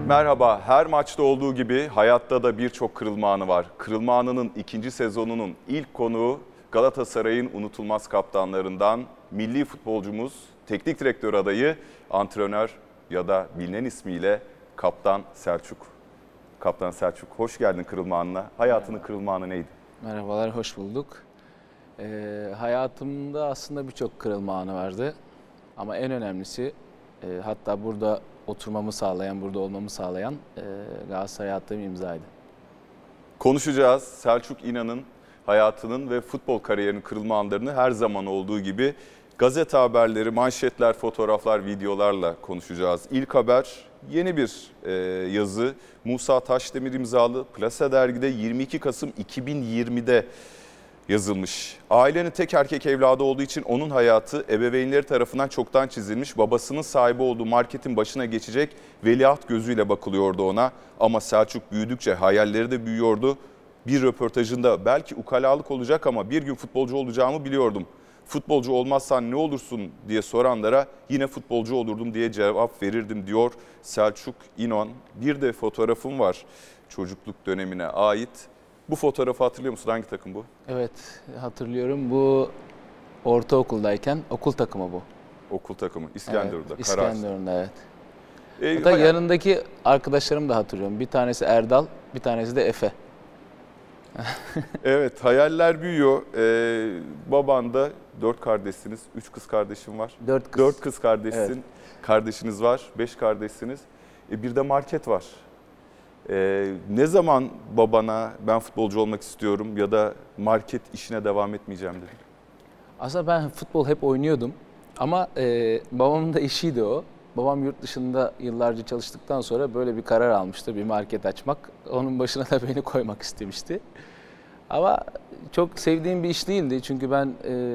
Merhaba, her maçta olduğu gibi hayatta da birçok kırılma anı var. Kırılma anının ikinci sezonunun ilk konuğu Galatasaray'ın unutulmaz kaptanlarından milli futbolcumuz, teknik direktör adayı, antrenör ya da bilinen ismiyle Kaptan Selçuk. Kaptan Selçuk, hoş geldin kırılma anına. Hayatının kırılma anı neydi? Merhabalar, hoş bulduk. Hayatımda aslında birçok kırılma anı vardı. Ama en önemlisi, hatta burada oturmamı sağlayan, burada olmamı sağlayan Galatasaray'a attığım imzaydı. Konuşacağız. Selçuk İnan'ın hayatının ve futbol kariyerinin kırılma anlarını her zaman olduğu gibi gazete haberleri, manşetler, fotoğraflar, videolarla konuşacağız. İlk haber yeni bir yazı. Musa Taşdemir imzalı Plasa Dergi'de 22 Kasım 2020'de yazılmış. Ailenin tek erkek evladı olduğu için onun hayatı ebeveynleri tarafından çoktan çizilmiş. Babasının sahibi olduğu marketin başına geçecek veliaht gözüyle bakılıyordu ona. Ama Selçuk büyüdükçe hayalleri de büyüyordu. Bir röportajında belki ukalalık olacak ama bir gün futbolcu olacağımı biliyordum. Futbolcu olmazsan ne olursun diye soranlara yine futbolcu olurdum diye cevap verirdim diyor Selçuk İnan. Bir de fotoğrafım var çocukluk dönemine ait. Bu fotoğrafı hatırlıyor musun? Hangi takım bu? Evet, hatırlıyorum. Bu ortaokuldayken okul takımı bu. Okul takımı. İskenderun'da. Evet, İskenderun'da, evet. Hatta Hayal... yanındaki arkadaşlarımı da hatırlıyorum. Bir tanesi Erdal, bir tanesi de Efe. Evet, hayaller büyüyor. Baban da 4 kardeşsiniz. 3 kız kardeşim var. 4 kız. 4 kız kardeşsin. Evet. Kardeşiniz var. 5 kardeşsiniz. Bir de market var. Ne zaman babana ben futbolcu olmak istiyorum ya da market işine devam etmeyeceğim dedin? Aslında ben futbol hep oynuyordum. Ama babamın da işiydi o. Babam yurt dışında yıllarca çalıştıktan sonra böyle bir karar almıştı. Bir market açmak. Onun başına da beni koymak istemişti. Ama çok sevdiğim bir iş değildi. Çünkü ben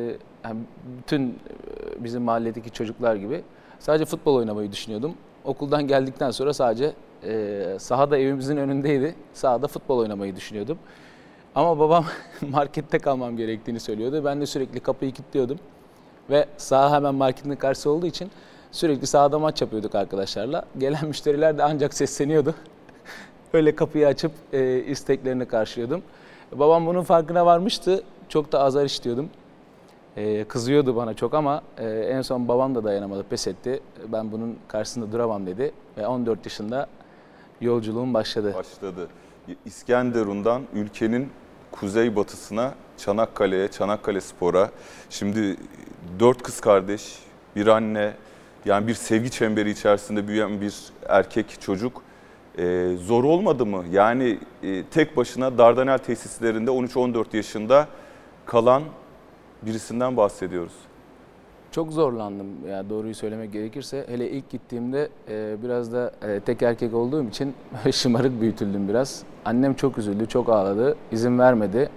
bütün bizim mahalledeki çocuklar gibi sadece futbol oynamayı düşünüyordum. Okuldan geldikten sonra sadece sahada evimizin önündeydi. Sahada futbol oynamayı düşünüyordum. Ama babam markette kalmam gerektiğini söylüyordu. Ben de sürekli kapıyı kilitliyordum. Ve saha hemen marketin karşısı olduğu için sürekli sahada maç yapıyorduk arkadaşlarla. Gelen müşteriler de ancak sesleniyordu. Öyle kapıyı açıp isteklerini karşılıyordum. Babam bunun farkına varmıştı. Çok da azar işliyordum. Kızıyordu bana çok ama en son babam da dayanamadı, pes etti. Ben bunun karşısında duramam dedi. Ve 14 yaşında yolculuğum başladı. İskenderun'dan ülkenin kuzeybatısına Çanakkale'ye, Çanakkale Spor'a. Şimdi 4 kız kardeş, bir anne, yani bir sevgi çemberi içerisinde büyüyen bir erkek çocuk. Zor olmadı mı? Yani tek başına Dardanel tesislerinde 13-14 yaşında kalan birisinden bahsediyoruz. Çok zorlandım ya, doğruyu söylemek gerekirse. Hele ilk gittiğimde biraz da tek erkek olduğum için şımarık büyütüldüm biraz. Annem çok üzüldü, çok ağladı, izin vermedi.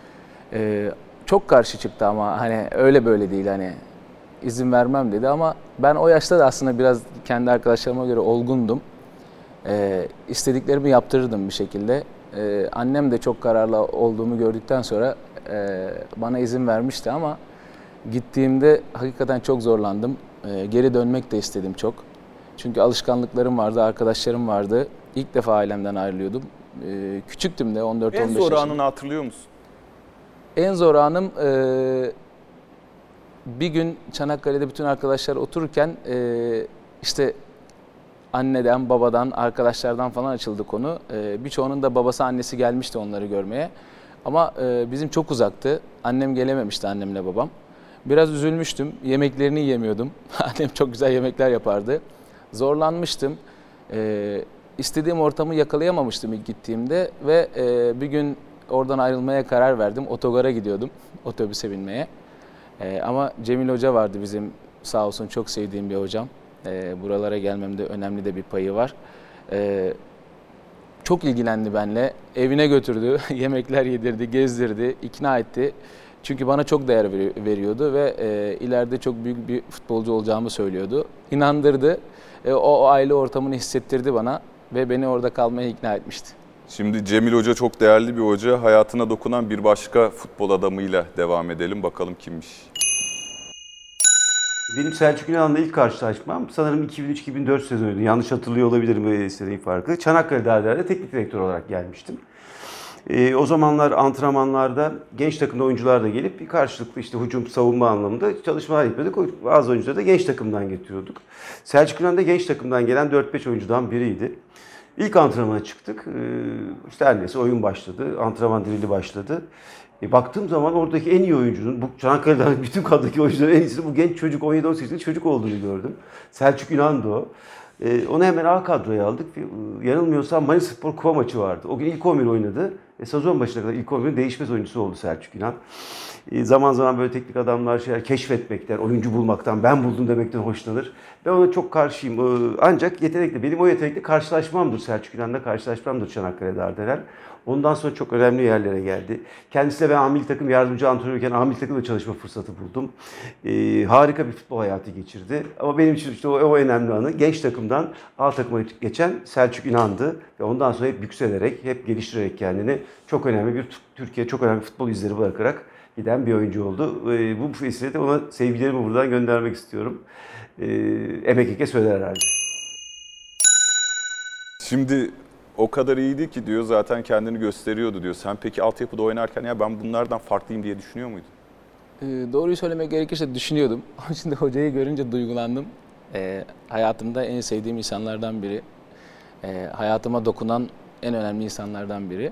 Çok karşı çıktı ama hani öyle böyle değil, hani izin vermem dedi ama ben o yaşta da aslında biraz kendi arkadaşlarıma göre olgundum. İstediklerimi yaptırırdım bir şekilde. Annem de çok kararlı olduğumu gördükten sonra bana izin vermişti ama gittiğimde hakikaten çok zorlandım. Geri dönmek de istedim çok. Çünkü alışkanlıklarım vardı, arkadaşlarım vardı. İlk defa ailemden ayrılıyordum. Küçüktüm de, 14-15 yaşında. En zor anını hatırlıyor musun? En zor anım bir gün Çanakkale'de bütün arkadaşlar otururken işte anneden, babadan, arkadaşlardan falan açıldı konu. Birçoğunun da babası, annesi gelmişti onları görmeye. Ama bizim çok uzaktı. Annem gelememişti, annemle babam. Biraz üzülmüştüm. Yemeklerini yiyemiyordum. Annem çok güzel yemekler yapardı. Zorlanmıştım. İstediğim ortamı yakalayamamıştım ilk gittiğimde. Ve bir gün oradan ayrılmaya karar verdim. Otogara gidiyordum, otobüse binmeye. Ama Cemil Hoca vardı bizim, sağ olsun, çok sevdiğim bir hocam. Buralara gelmemde önemli de bir payı var. Çok ilgilendi benimle. Evine götürdü, yemekler yedirdi, gezdirdi, ikna etti. Çünkü bana çok değer veriyordu ve ileride çok büyük bir futbolcu olacağımı söylüyordu. İnandırdı, o aile ortamını hissettirdi bana ve beni orada kalmaya ikna etmişti. Şimdi Cemil Hoca çok değerli bir hoca. Hayatına dokunan bir başka futbol adamıyla devam edelim. Bakalım kimmiş? Benim Selçuk İnan'la ilk karşılaşmam sanırım 2003-2004 sezonuydu. Yanlış hatırlıyor olabilirim böyle istediğim farkı. Çanakkale Derdeler'de teknik direktör olarak gelmiştim. O zamanlar antrenmanlarda genç takımda oyuncular da gelip bir karşılıklı işte hücum savunma anlamında çalışmalar yapıyorduk. Bazı oyuncuları da genç takımdan getiriyorduk. Selçuk İnan da genç takımdan gelen 4-5 oyuncudan biriydi. İlk antrenmana çıktık. İşte her neyse oyun başladı. Antrenman drili başladı. Baktığım zaman oradaki en iyi oyuncunun, bu Çanakkale'den bütün kadrodaki oyuncuların en iyisi bu genç çocuk, 17-18 yaşında çocuk olduğunu gördüm. Selçuk İnan'dı o. Onu hemen A kadroya aldık. Yanılmıyorsam Manisaspor Kupa maçı vardı. O gün ilk 11 oynadı. Sezon başına kadar ilk 11'in değişmez oyuncusu oldu Selçuk İnan. Zaman zaman böyle teknik adamlar şeyler keşfetmekten, oyuncu bulmaktan, ben buldum demekten hoşlanır. Ben ona çok karşıyım. Ancak yetenekli, benim o yetenekli karşılaşmamdır Selçuk İnan'la karşılaşmamdır Çanakkale Dardanel. Ondan sonra çok önemli yerlere geldi. Kendisiyle ben A milli takım yardımcı antrenörken A milli takımda çalışma fırsatı buldum. Harika bir futbol hayatı geçirdi. Ama benim için işte o önemli anı genç takımdan A takıma geçen Selçuk İnan'dı. Ve ondan sonra hep yükselerek, hep geliştirerek kendini çok önemli bir Türkiye çok önemli futbol izleri bırakarak giden bir oyuncu oldu. Bu vesileyle ona sevgilerimi buradan göndermek istiyorum. Emek eke söyler herhalde. Şimdi o kadar iyiydi ki diyor, zaten kendini gösteriyordu diyor. Sen peki altyapıda oynarken ya ben bunlardan farklıyım diye düşünüyor muydun? Doğruyu söylemek gerekirse düşünüyordum. Ama şimdi hocayı görünce duygulandım. Hayatımda en sevdiğim insanlardan biri. Hayatıma dokunan en önemli insanlardan biri.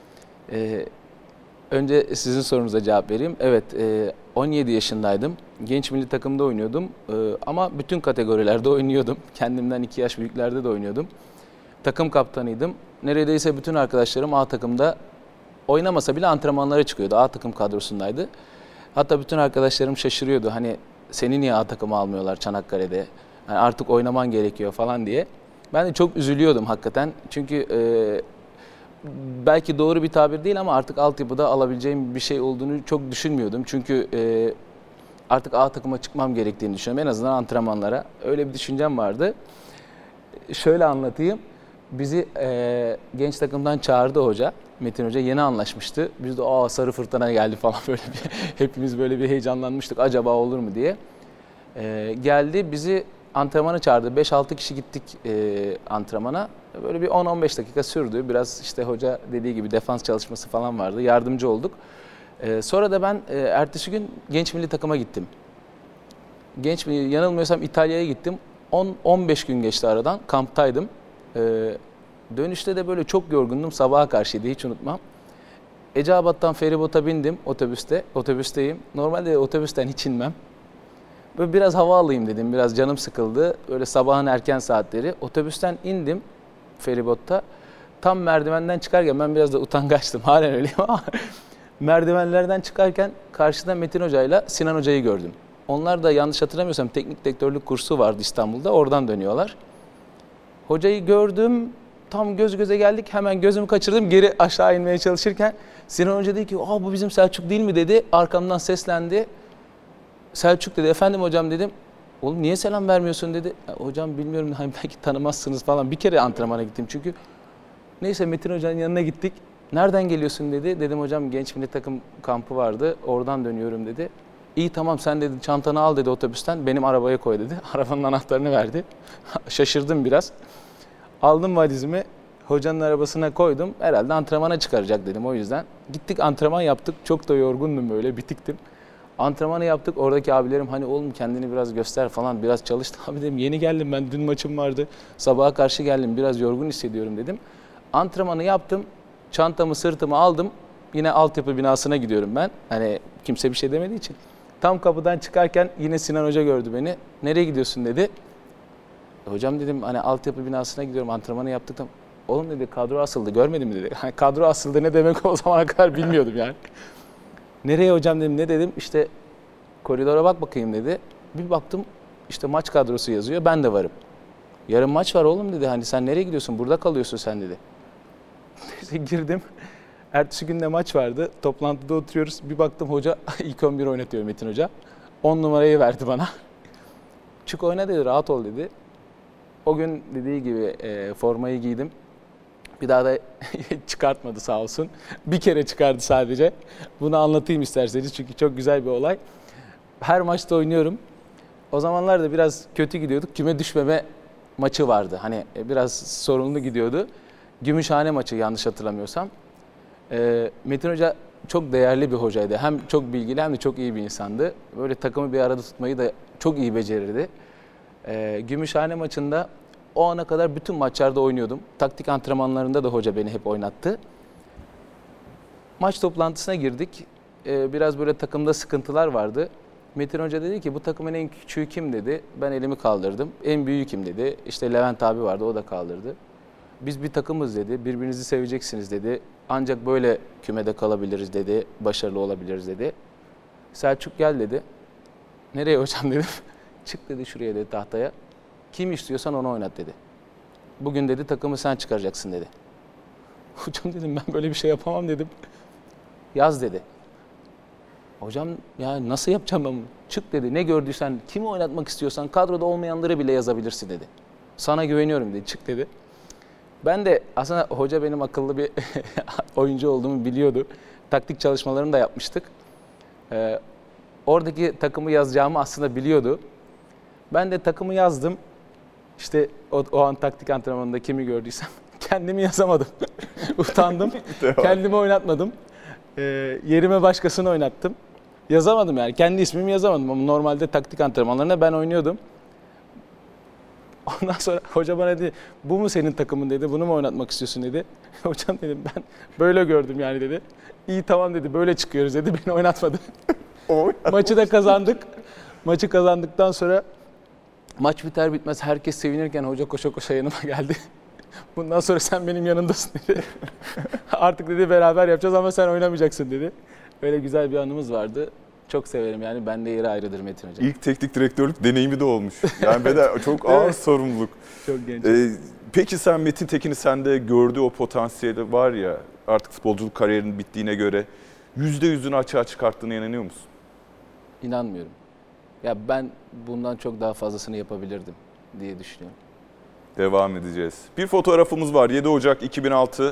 Önce sizin sorunuza cevap vereyim. Evet, 17 yaşındaydım. Genç milli takımda oynuyordum. Ama bütün kategorilerde oynuyordum. Kendimden 2 yaş büyüklerde de oynuyordum. Takım kaptanıydım. Neredeyse bütün arkadaşlarım A takımda oynamasa bile antrenmanlara çıkıyordu. A takım kadrosundaydı. Hatta bütün arkadaşlarım şaşırıyordu. Hani seni niye A takıma almıyorlar Çanakkale'de? Yani artık oynaman gerekiyor falan diye. Ben de çok üzülüyordum hakikaten. Çünkü belki doğru bir tabir değil ama artık altyapıda alabileceğim bir şey olduğunu çok düşünmüyordum. Çünkü artık A takıma çıkmam gerektiğini düşünüyorum. En azından antrenmanlara. Öyle bir düşüncem vardı. Şöyle anlatayım. Bizi genç takımdan çağırdı hoca. Metin Hoca yeni anlaşmıştı. Biz de sarı fırtına geldi falan böyle bir hepimiz böyle bir heyecanlanmıştık. Acaba olur mu diye. Geldi bizi antrenmana çağırdı. 5-6 kişi gittik antrenmana. Böyle bir 10-15 dakika sürdü. Biraz işte hoca dediği gibi defans çalışması falan vardı. Yardımcı olduk. Sonra da ben ertesi gün genç milli takıma gittim. Yanılmıyorsam İtalya'ya gittim. 10-15 gün geçti aradan. Kamptaydım. Dönüşte de böyle çok yorgundum. Sabaha karşıydı, hiç unutmam. Eceabat'tan feribota bindim otobüste. Otobüsteyim. Normalde otobüsten hiç inmem. Böyle biraz hava alayım dedim. Biraz canım sıkıldı. Böyle sabahın erken saatleri. Otobüsten indim feribotta. Tam merdivenden çıkarken ben biraz da utangaçtım. Halen öyleyim ama merdivenlerden çıkarken karşıda Metin Hoca'yla Sinan Hoca'yı gördüm. Onlar da yanlış hatırlamıyorsam teknik direktörlük kursu vardı İstanbul'da. Oradan dönüyorlar. Hocayı gördüm. Tam göz göze geldik. Hemen gözümü kaçırdım. Geri aşağı inmeye çalışırken Sinan Hoca dedi ki bu bizim Selçuk değil mi dedi. Arkamdan seslendi. Selçuk dedi. Efendim hocam dedim. Oğlum niye selam vermiyorsun dedi. Hocam bilmiyorum hani belki tanımazsınız falan. Bir kere antrenmana gittim çünkü. Neyse Metin Hoca'nın yanına gittik. Nereden geliyorsun dedi. Dedim hocam genç milli takım kampı vardı. Oradan dönüyorum dedi. İyi tamam sen dedi çantanı al dedi otobüsten. Benim arabaya koy dedi. Arabanın anahtarını verdi. Şaşırdım biraz. Aldım valizimi. Hocanın arabasına koydum. Herhalde antrenmana çıkaracak dedim o yüzden. Gittik antrenman yaptık. Çok da yorgundum böyle bitiktim. Antrenmanı yaptık. Oradaki abilerim hani oğlum kendini biraz göster falan biraz çalıştı. Abi dedim yeni geldim ben dün maçım vardı. Sabaha karşı geldim biraz yorgun hissediyorum dedim. Antrenmanı yaptım. Çantamı sırtıma aldım. Yine altyapı binasına gidiyorum ben. Hani kimse bir şey demediği için. Tam kapıdan çıkarken yine Sinan Hoca gördü beni. Nereye gidiyorsun dedi. Hocam dedim hani altyapı binasına gidiyorum antrenmanı yaptık. Oğlum dedi kadro asıldı görmedin mi dedi. Hani kadro asıldı ne demek o zamana kadar bilmiyordum yani. Nereye hocam dedim ne dedim işte koridora bak bakayım dedi. Bir baktım işte maç kadrosu yazıyor ben de varım. Yarın maç var oğlum dedi hani sen nereye gidiyorsun burada kalıyorsun sen dedi. Neyse girdim. Ertesi gün de maç vardı. Toplantıda oturuyoruz. Bir baktım hoca ilk 11 oynatıyor Metin Hoca. 10 numarayı verdi bana. Çık oyna dedi rahat ol dedi. O gün dediği gibi formayı giydim. Bir daha da çıkartmadı sağ olsun. Bir kere çıkardı sadece. Bunu anlatayım isterseniz çünkü çok güzel bir olay. Her maçta oynuyorum. O zamanlar da biraz kötü gidiyorduk. Küme düşmeme maçı vardı. Hani biraz sorunlu gidiyordu. Gümüşhane maçı yanlış hatırlamıyorsam. Metin Hoca çok değerli bir hocaydı. Hem çok bilgili hem de çok iyi bir insandı. Böyle takımı bir arada tutmayı da çok iyi becerirdi. Gümüşhane maçında o ana kadar bütün maçlarda oynuyordum. Taktik antrenmanlarında da hoca beni hep oynattı. Maç toplantısına girdik. Biraz böyle takımda sıkıntılar vardı. Metin Hoca dedi ki bu takımın en küçüğü kim dedi. Ben elimi kaldırdım. En büyüğü kim dedi. İşte Levent abi vardı, o da kaldırdı. Biz bir takımız dedi. Birbirinizi seveceksiniz dedi. Ancak böyle kümede kalabiliriz dedi. Başarılı olabiliriz dedi. Selçuk gel dedi. Nereye hocam dedim. Çık dedi şuraya dedi tahtaya. Kim istiyorsan onu oynat dedi. Bugün dedi takımı sen çıkaracaksın dedi. Hocam dedim ben böyle bir şey yapamam dedim. Yaz dedi. Hocam ya nasıl yapacağım ben bunu? Çık dedi. Ne gördüysen, kimi oynatmak istiyorsan kadroda olmayanları bile yazabilirsin dedi. Sana güveniyorum dedi. Çık dedi. Ben de aslında hoca benim akıllı bir oyuncu olduğumu biliyordu. Taktik çalışmalarını da yapmıştık. Oradaki takımı yazacağımı aslında biliyordu. Ben de takımı yazdım. İşte o an taktik antrenmanında kimi gördüysem kendimi yazamadım. Utandım. Kendimi oynatmadım. Yerime başkasını oynattım. Yazamadım yani. Kendi ismimi yazamadım ama normalde taktik antrenmanlarında ben oynuyordum. Ondan sonra hoca bana dedi, bu mu senin takımın dedi, bunu mu oynatmak istiyorsun dedi. Hocam dedim ben böyle gördüm yani dedi. İyi tamam dedi, böyle çıkıyoruz dedi, beni oynatmadı. Maçı da kazandık. Maçı kazandıktan sonra maç biter bitmez herkes sevinirken hoca koşa koşa yanıma geldi. Bundan sonra sen benim yanımdasın dedi. Artık dedi beraber yapacağız ama sen oynamayacaksın dedi. Öyle güzel bir anımız vardı. Çok severim yani, bende yeri ayrıdır Metin Hoca. İlk teknik direktörlük deneyimi de olmuş. Yani çok ağır sorumluluk. Çok genç. Peki sen Metin Tekin'i sende gördüğü o potansiyeli var ya, artık futbolculuk kariyerinin bittiğine göre %100'ünü açığa çıkarttığına inanıyor musun? İnanmıyorum. Ya ben bundan çok daha fazlasını yapabilirdim diye düşünüyorum. Devam edeceğiz. Bir fotoğrafımız var. 7 Ocak 2006.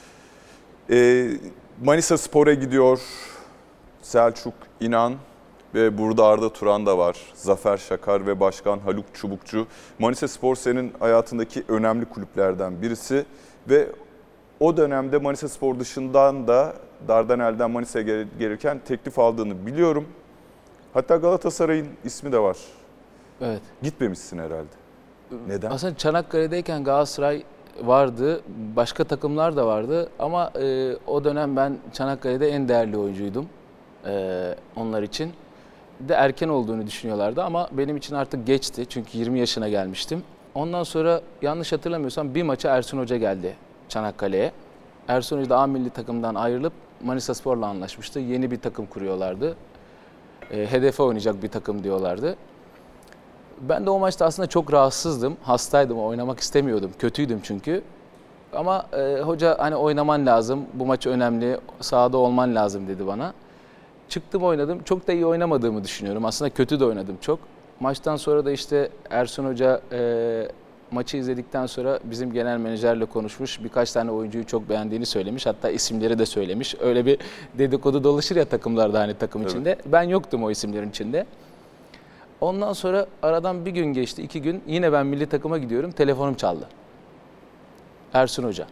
Manisa Spor'a gidiyor Selçuk İnan ve burada Arda Turan da var. Zafer Şakar ve Başkan Haluk Çubukçu. Manisa Spor senin hayatındaki önemli kulüplerden birisi ve o dönemde Manisa Spor dışından da Dardanel'den Manisa'ya gelirken teklif aldığını biliyorum. Hatta Galatasaray'ın ismi de var. Evet. Gitmemişsin herhalde. Neden? Aslında Çanakkale'deyken Galatasaray vardı, başka takımlar da vardı ama o dönem ben Çanakkale'de en değerli oyuncuydum onlar için. De erken olduğunu düşünüyorlardı ama benim için artık geçti çünkü 20 yaşına gelmiştim. Ondan sonra yanlış hatırlamıyorsam bir maça Ersun Hoca geldi Çanakkale'ye. Ersun Hoca da A milli takımdan ayrılıp Manisa Spor'la anlaşmıştı. Yeni bir takım kuruyorlardı. Hedefe oynayacak bir takım diyorlardı. Ben de o maçta aslında çok rahatsızdım, hastaydım, oynamak istemiyordum, kötüydüm çünkü. Ama hoca hani oynaman lazım, bu maç önemli, sahada olman lazım dedi bana. Çıktım oynadım, çok da iyi oynamadığımı düşünüyorum, aslında kötü de oynadım çok. Maçtan sonra da işte Ersun Hoca maçı izledikten sonra bizim genel menajerle konuşmuş, birkaç tane oyuncuyu çok beğendiğini söylemiş, hatta isimleri de söylemiş. Öyle bir dedikodu dolaşır ya takımlarda hani takım içinde, ben yoktum o isimlerin içinde. Ondan sonra aradan bir gün geçti, 2 gün. Yine ben milli takıma gidiyorum. Telefonum çaldı. Ersun Hoca.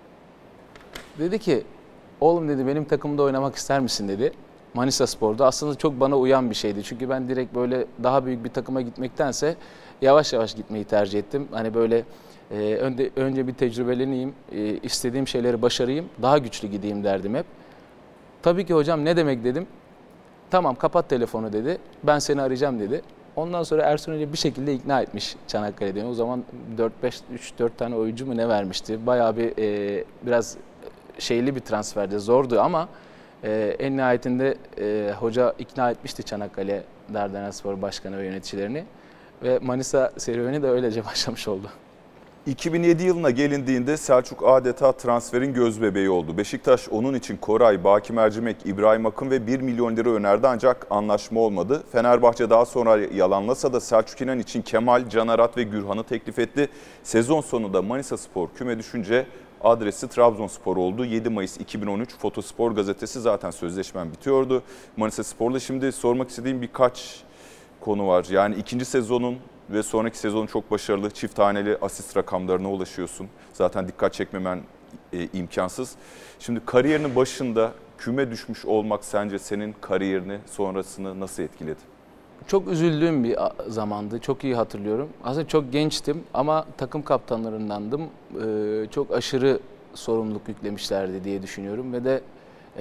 Dedi ki, oğlum dedi benim takımda oynamak ister misin dedi. Manisa Spor'da. Aslında çok bana uyan bir şeydi. Çünkü ben direkt böyle daha büyük bir takıma gitmektense yavaş yavaş gitmeyi tercih ettim. Hani böyle önce bir tecrübeleneyim, istediğim şeyleri başarayım, daha güçlü gideyim derdim hep. Tabii ki hocam ne demek dedim. Tamam kapat telefonu dedi. Ben seni arayacağım dedi. Ondan sonra Ersun Hoca bir şekilde ikna etmiş Çanakkale'de. O zaman 3-4 tane oyuncu mu ne vermişti. Bayağı bir biraz şeyli bir transferdi. Zordu ama en nihayetinde hoca ikna etmişti Çanakkale Dardanelspor Başkanı ve yöneticilerini. Ve Manisa serüveni de öylece başlamış oldu. 2007 yılına gelindiğinde Selçuk adeta transferin gözbebeği oldu. Beşiktaş onun için Koray, Baki Mercimek, İbrahim Akın ve 1 milyon lira önerdi ancak anlaşma olmadı. Fenerbahçe daha sonra yalanlasa da Selçuk İnan için Kemal, Can Arat ve Gürhan'ı teklif etti. Sezon sonunda Manisa Spor küme düşünce adresi Trabzonspor oldu. 7 Mayıs 2013 Fotospor gazetesi zaten sözleşmem bitiyordu. Manisa Spor'la şimdi sormak istediğim birkaç konu var. Yani ikinci sezonun ve sonraki sezonun çok başarılı çift taneli asist rakamlarına ulaşıyorsun. Zaten dikkat çekmemen imkansız. Şimdi kariyerinin başında küme düşmüş olmak sence senin kariyerini, sonrasını nasıl etkiledi? Çok üzüldüğüm bir zamandı. Çok iyi hatırlıyorum. Aslında çok gençtim ama takım kaptanlarındandım. Çok aşırı sorumluluk yüklemişlerdi diye düşünüyorum ve de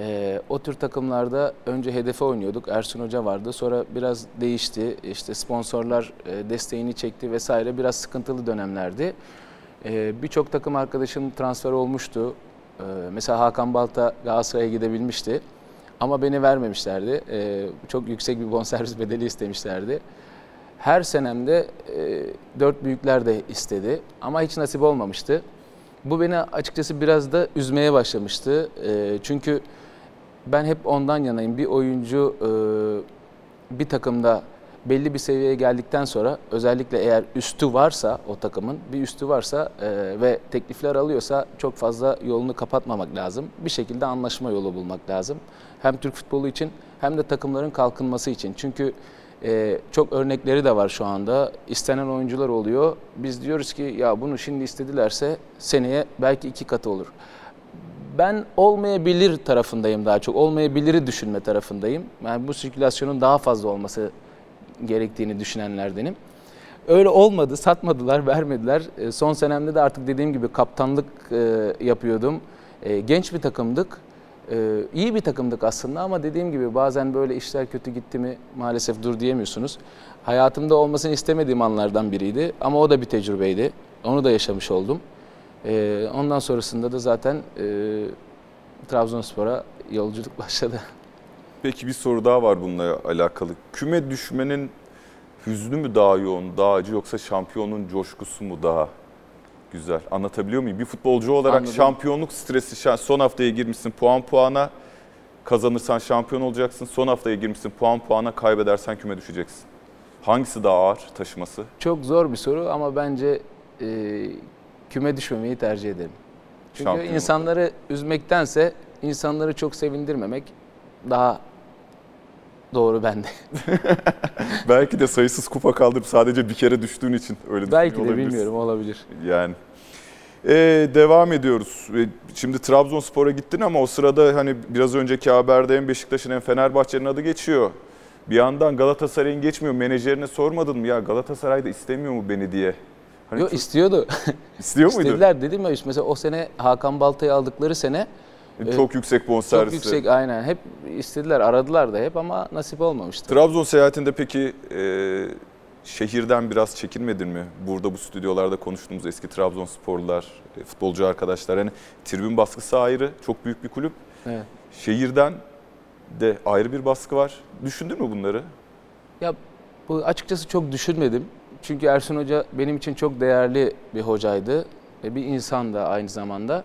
o tür takımlarda önce hedefe oynuyorduk. Ersun Hoca vardı. Sonra biraz değişti. İşte sponsorlar desteğini çekti vesaire. Biraz sıkıntılı dönemlerdi. Birçok takım arkadaşım transfer olmuştu. Mesela Hakan Balta Galatasaray'a gidebilmişti. Ama beni vermemişlerdi. Çok yüksek bir bonservis bedeli istemişlerdi. Her senemde dört büyükler de istedi ama hiç nasip olmamıştı. Bu beni açıkçası biraz da üzmeye başlamıştı. Çünkü ben hep ondan yanayım. Bir oyuncu bir takımda belli bir seviyeye geldikten sonra özellikle eğer üstü varsa o takımın bir üstü varsa ve teklifler alıyorsa çok fazla yolunu kapatmamak lazım. Bir şekilde anlaşma yolu bulmak lazım. Hem Türk futbolu için hem de takımların kalkınması için. Çünkü çok örnekleri de var şu anda. İstenen oyuncular oluyor. Biz diyoruz ki ya bunu şimdi istedilerse seneye belki 2 katı olur. Ben olmayabilir tarafındayım daha çok. Olmayabiliri düşünme tarafındayım. Yani bu sirkülasyonun daha fazla olması gerektiğini düşünenlerdenim. Öyle olmadı, satmadılar, vermediler. Son senemde de artık dediğim gibi kaptanlık yapıyordum. Genç bir takımdık. İyi bir takımdık aslında ama dediğim gibi bazen böyle işler kötü gitti mi maalesef dur diyemiyorsunuz. Hayatımda olmasını istemediğim anlardan biriydi ama o da bir tecrübeydi. Onu da yaşamış oldum. Ondan sonrasında da zaten Trabzonspor'a yolculuk başladı. Peki bir soru daha var bununla alakalı. Küme düşmenin hüznü mü daha yoğun, daha acı yoksa şampiyonun coşkusu mu daha güzel? Anlatabiliyor muyum? Bir futbolcu olarak Anladım. şampiyonluk stresi, son haftaya girmişsin puan puana, kazanırsan şampiyon olacaksın. Son haftaya girmişsin puan puana, kaybedersen küme düşeceksin. Hangisi daha ağır taşıması? Çok zor bir soru ama bence küme düşmemeyi tercih ederim. Çünkü Şampiyon insanları üzmektense insanları çok sevindirmemek daha doğru bende. Belki de sayısız kupa kaldırıp sadece bir kere düştüğün için öyle Belki düşünüyor de olabilirsin. bilmiyorum, olabilir. Yani. Devam ediyoruz. Şimdi Trabzonspor'a gittin ama o sırada hani biraz önceki haberde hem Beşiktaş'ın hem Fenerbahçe'nin adı geçiyor. Bir yandan Galatasaray'ın geçmiyor. Menajerine sormadın mı ya Galatasaray da istemiyor mu beni diye? Hani Yok, istiyordu. İstiyor muydu? İstediler dedim ya, mesela o sene Hakan Balta'yı aldıkları sene Çok yüksek bonservisi. çok yüksek, aynen. Hep istediler, aradılar da hep ama nasip olmamıştı. Trabzon seyahatinde peki şehirden biraz çekinmedin mi? Burada bu stüdyolarda konuştuğumuz eski Trabzonsporlular, futbolcu arkadaşlar. Hani tribün baskısı ayrı, çok büyük bir kulüp. Evet. Şehirden de ayrı bir baskı var. Düşündün mü bunları? Ya bu açıkçası çok düşünmedim. Çünkü Ersun Hoca benim için çok değerli bir hocaydı. Bir insan da aynı zamanda.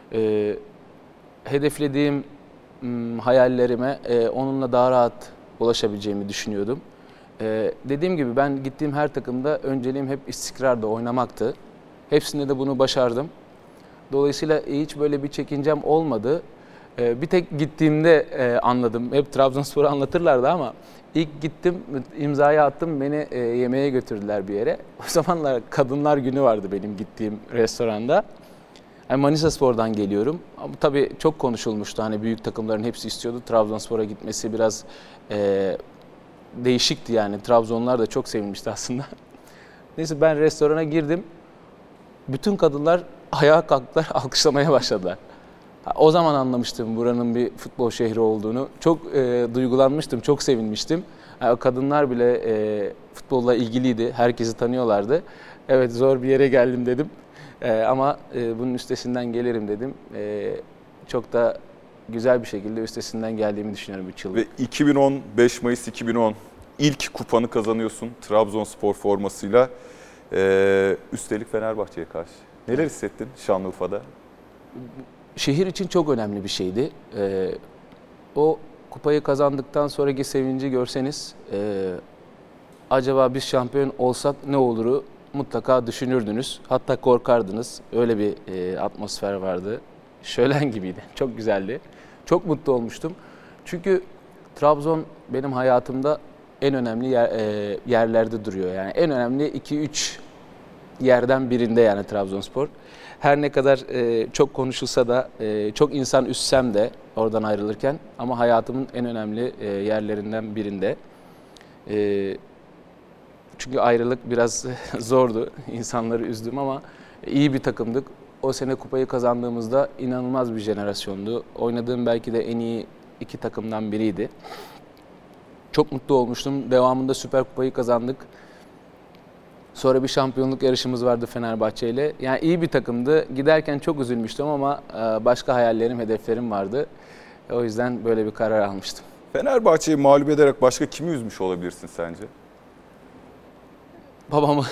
Hedeflediğim hayallerime onunla daha rahat ulaşabileceğimi düşünüyordum. Dediğim gibi ben gittiğim her takımda önceliğim hep istikrarda oynamaktı. Hepsinde de bunu başardım. Dolayısıyla hiç böyle bir çekincem olmadı. Bir tek gittiğimde anladım. Hep Trabzonspor'u anlatırlardı ama ilk gittim, imzayı attım, beni yemeğe götürdüler bir yere. O zamanlar Kadınlar Günü vardı benim gittiğim restoranda. Yani Manisaspor'dan geliyorum. Ama tabii çok konuşulmuştu. Hani büyük takımların hepsi istiyordu. Trabzonspor'a gitmesi biraz değişikti yani. Trabzonlular da çok sevinmişti aslında. Neyse ben restorana girdim. Bütün kadınlar ayağa kalktılar, alkışlamaya başladılar. O zaman anlamıştım buranın bir futbol şehri olduğunu. Çok duygulanmıştım, çok sevinmiştim. Yani o kadınlar bile futbolla ilgiliydi, herkesi tanıyorlardı. Evet, zor bir yere geldim dedim. Ama bunun üstesinden gelirim dedim. Çok da güzel bir şekilde üstesinden geldiğimi düşünüyorum 3 yıldır. Ve 2010, 5 Mayıs 2010 ilk kupanı kazanıyorsun Trabzonspor formasıyla. Üstelik Fenerbahçe'ye karşı. Neler hissettin Şanlıurfa'da? Şehir için çok önemli bir şeydi. O kupayı kazandıktan sonraki sevinci görseniz, acaba biz şampiyon olsak ne oluru mutlaka düşünürdünüz. Hatta korkardınız. Öyle bir atmosfer vardı. Şölen gibiydi. Çok güzeldi. Çok mutlu olmuştum. Çünkü Trabzon benim hayatımda en önemli yerlerde duruyor. Yani en önemli 2-3 yerden birinde yani Trabzonspor. Her ne kadar çok konuşulsa da, çok insan üssem de oradan ayrılırken ama hayatımın en önemli yerlerinden birinde. Çünkü ayrılık biraz zordu. İnsanları üzdüm ama iyi bir takımdık. O sene kupayı kazandığımızda inanılmaz bir jenerasyondu. Oynadığım belki de en iyi 2 takımdan biriydi. Çok mutlu olmuştum. Devamında Süper Kupayı kazandık. Sonra bir şampiyonluk yarışımız vardı Fenerbahçe ile. Yani iyi bir takımdı. Giderken çok üzülmüştüm ama başka hayallerim, hedeflerim vardı. O yüzden böyle bir karar almıştım. Fenerbahçe'yi mağlup ederek başka kimi üzmüş olabilirsin sence? Babamı.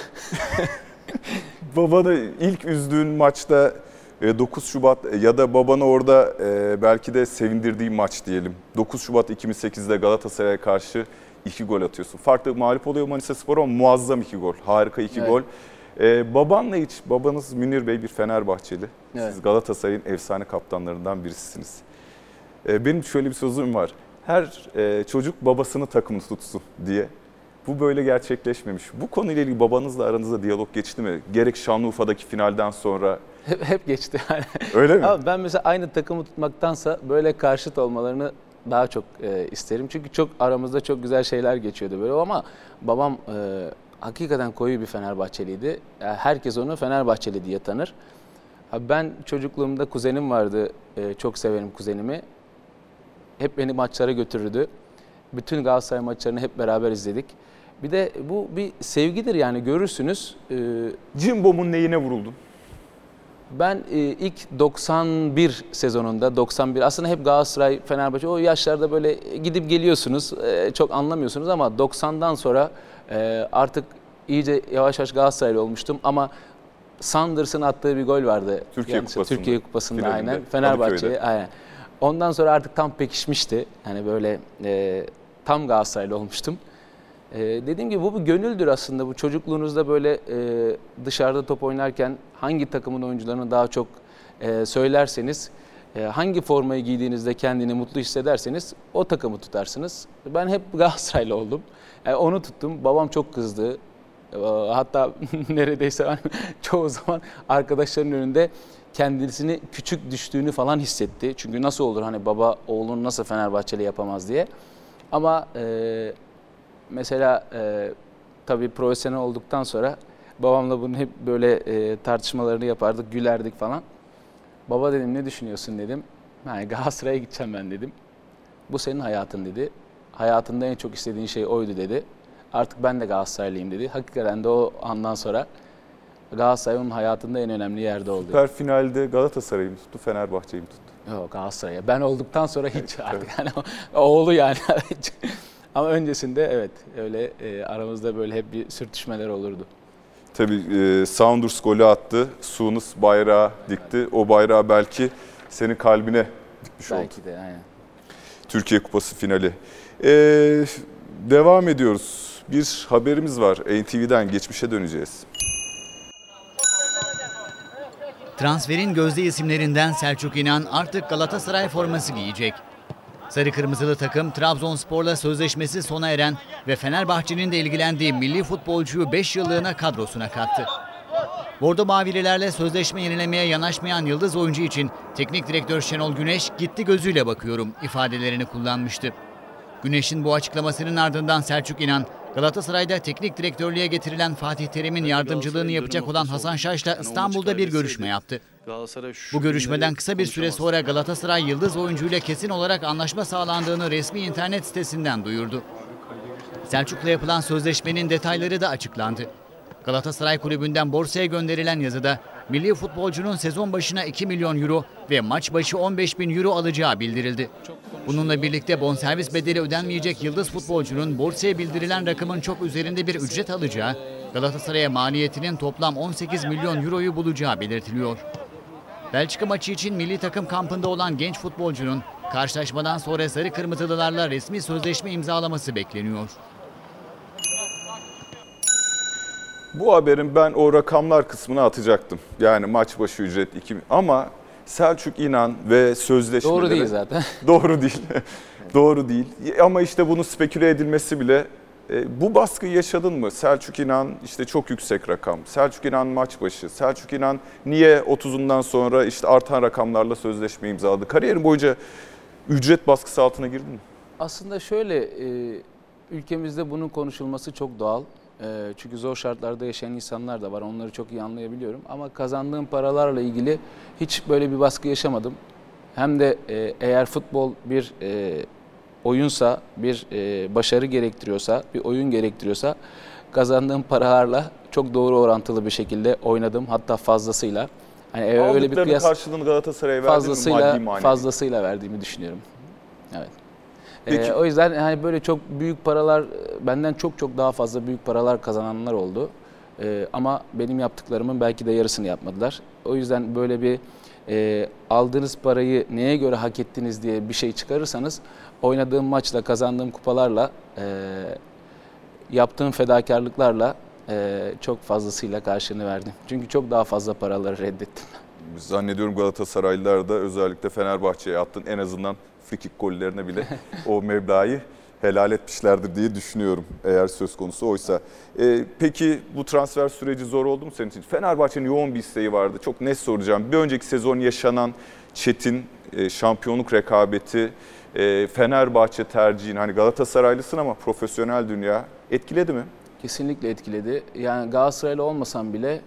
Babanı ilk üzdüğün maçta 9 Şubat ya da babanı orada belki de sevindirdiği maç diyelim. 9 Şubat 2008'de Galatasaray'a karşı 2 gol atıyorsun. Farklı mağlup oluyor Manisaspor ama muazzam 2 gol. Harika 2 Evet. gol. Babanla hiç, babanız Münir Bey bir Fenerbahçeli. Evet. Siz Galatasaray'ın efsane kaptanlarından birisiniz. Benim şöyle bir sözüm var. Her çocuk babasını takımı tutsun diye. Bu böyle gerçekleşmemiş. Bu konuyla ilgili babanızla aranızda diyalog geçti mi? Gerek Şanlıurfa'daki finalden sonra. Hep geçti yani. Öyle mi? Ama ben mesela aynı takımı tutmaktansa böyle karşıt olmalarını daha çok isterim. Çünkü çok aramızda çok güzel şeyler geçiyordu böyle ama babam hakikaten koyu bir Fenerbahçeliydi. Yani herkes onu Fenerbahçeli diye tanır. Ben çocukluğumda kuzenim vardı. Çok severim kuzenimi. Hep beni maçlara götürürdü. Bütün Galatasaray maçlarını hep beraber izledik. Bir de bu bir sevgidir yani görürsünüz. Cimbom'un neyine vuruldun? Ben ilk 91 sezonunda, 91 aslında hep Galatasaray, Fenerbahçe o yaşlarda böyle gidip geliyorsunuz, çok anlamıyorsunuz ama 90'dan sonra artık iyice yavaş yavaş Galatasaraylı olmuştum ama Sanders'ın attığı bir gol vardı. Türkiye Kupası'nda. Türkiye Kupası'nda Finalinde, aynen. Fenerbahçe'ye Kadıköy'de. aynen. Ondan sonra artık tam pekişmişti. Yani böyle tam Galatasaraylı olmuştum. Dediğim gibi bu bir gönüldür aslında. Bu çocukluğunuzda böyle dışarıda top oynarken hangi takımın oyuncularını daha çok söylerseniz, hangi formayı giydiğinizde kendini mutlu hissederseniz o takımı tutarsınız. Ben hep Galatasaraylı oldum. Onu tuttum. Babam çok kızdı. Hatta neredeyse ben çoğu zaman arkadaşların önünde kendisini küçük düştüğünü falan hissetti. Çünkü nasıl olur hani baba oğlunu nasıl Fenerbahçeli yapamaz diye. Ama mesela tabii profesyonel olduktan sonra babamla bunu hep böyle tartışmalarını yapardık, gülerdik falan. Baba dedim ne düşünüyorsun dedim. Yani Galatasaray'a gideceğim ben dedim. Bu senin hayatın dedi. Hayatında en çok istediğin şey oydu dedi. Artık ben de Galatasaraylıyım dedi. Hakikaten de o andan sonra Galatasaray onun hayatında en önemli yerde oldu. Süper finalde Galatasaray'ı mı tuttu, Fenerbahçe'yi mi tuttu? Yok Galatasaray'a. Ben olduktan sonra hiç artık yani oğlu yani. Ama öncesinde evet öyle aramızda böyle hep bir sürtüşmeler olurdu. Tabii Sounders golü attı, Suunus bayrağı dikti. O bayrağı belki senin kalbine dikmiş oldu. Belki de aynen. Türkiye Kupası finali. Devam ediyoruz. Bir haberimiz var. NTV'den geçmişe döneceğiz. Transferin gözde isimlerinden Selçuk İnan artık Galatasaray forması giyecek. Sarı kırmızılı takım Trabzonspor'la sözleşmesi sona eren ve Fenerbahçe'nin de ilgilendiği milli futbolcuyu 5 yıllığına kadrosuna kattı. Bordo Mavililerle sözleşme yenilemeye yanaşmayan yıldız oyuncu için teknik direktör Şenol Güneş gitti gözüyle bakıyorum ifadelerini kullanmıştı. Güneş'in bu açıklamasının ardından Selçuk İnan, Galatasaray'da teknik direktörlüğe getirilen Fatih Terim'in yardımcılığını yapacak olan Hasan Şaş'la İstanbul'da bir görüşme yaptı. Bu görüşmeden kısa bir süre sonra Galatasaray yıldız oyuncuyla kesin olarak anlaşma sağlandığını resmi internet sitesinden duyurdu. Selçuk'la yapılan sözleşmenin detayları da açıklandı. Galatasaray Kulübü'nden borsaya gönderilen yazıda milli futbolcunun sezon başına 2 milyon euro ve maç başı 15 bin euro alacağı bildirildi. Bununla birlikte bonservis bedeli ödenmeyecek yıldız futbolcunun borsaya bildirilen rakamın çok üzerinde bir ücret alacağı, Galatasaray'a maliyetinin toplam 18 milyon euroyu bulacağı belirtiliyor. Belçika maçı için milli takım kampında olan genç futbolcunun karşılaşmadan sonra sarı kırmızılılarla resmi sözleşme imzalaması bekleniyor. Bu haberin ben o rakamlar kısmına atacaktım. Yani maç başı ücret 2 ama Selçuk İnan ve sözleşmeleri... Doğru değil zaten. Doğru değil. Doğru değil. Ama işte bunu speküle edilmesi bile Bu baskıyı yaşadın mı? Selçuk İnan işte çok yüksek rakam. Selçuk İnan maç başı. Selçuk İnan niye 30'undan sonra işte artan rakamlarla sözleşme imzaladı? Kariyerin boyunca ücret baskısı altına girdin mi? Aslında şöyle, ülkemizde bunun konuşulması çok doğal. Çünkü zor şartlarda yaşayan insanlar da var, onları çok iyi anlayabiliyorum. Ama kazandığım paralarla ilgili hiç böyle bir baskı yaşamadım. Hem de eğer futbol bir oyunsa, bir başarı gerektiriyorsa, bir oyun gerektiriyorsa kazandığım paralarla çok doğru orantılı bir şekilde oynadım. Hatta fazlasıyla. Hani öyle bir Aldıklarının kıyas karşılığını Galatasaray'a verdin mi maddi manevi? fazlasıyla verdiğimi düşünüyorum. Evet. Peki. O yüzden hani böyle çok büyük paralar, benden çok daha fazla büyük paralar kazananlar oldu. Ama benim yaptıklarımın belki de yarısını yapmadılar. O yüzden böyle bir aldığınız parayı neye göre hak ettiniz diye bir şey çıkarırsanız, oynadığım maçla, kazandığım kupalarla, yaptığım fedakarlıklarla çok fazlasıyla karşılığını verdim. Çünkü çok daha fazla paraları reddettim. Zannediyorum Galatasaraylılar da özellikle Fenerbahçe'ye attığın en azından frikik gollerine bile o meblağı helal etmişlerdir diye düşünüyorum eğer söz konusu oysa. Peki bu transfer süreci zor oldu mu senin için? Fenerbahçe'nin yoğun bir isteği vardı. Çok net soracağım. Bir önceki sezon yaşanan çetin şampiyonluk rekabeti, Fenerbahçe tercihin, hani Galatasaraylısın ama profesyonel dünya etkiledi mi? Kesinlikle etkiledi. Yani Galatasaraylı olmasam bile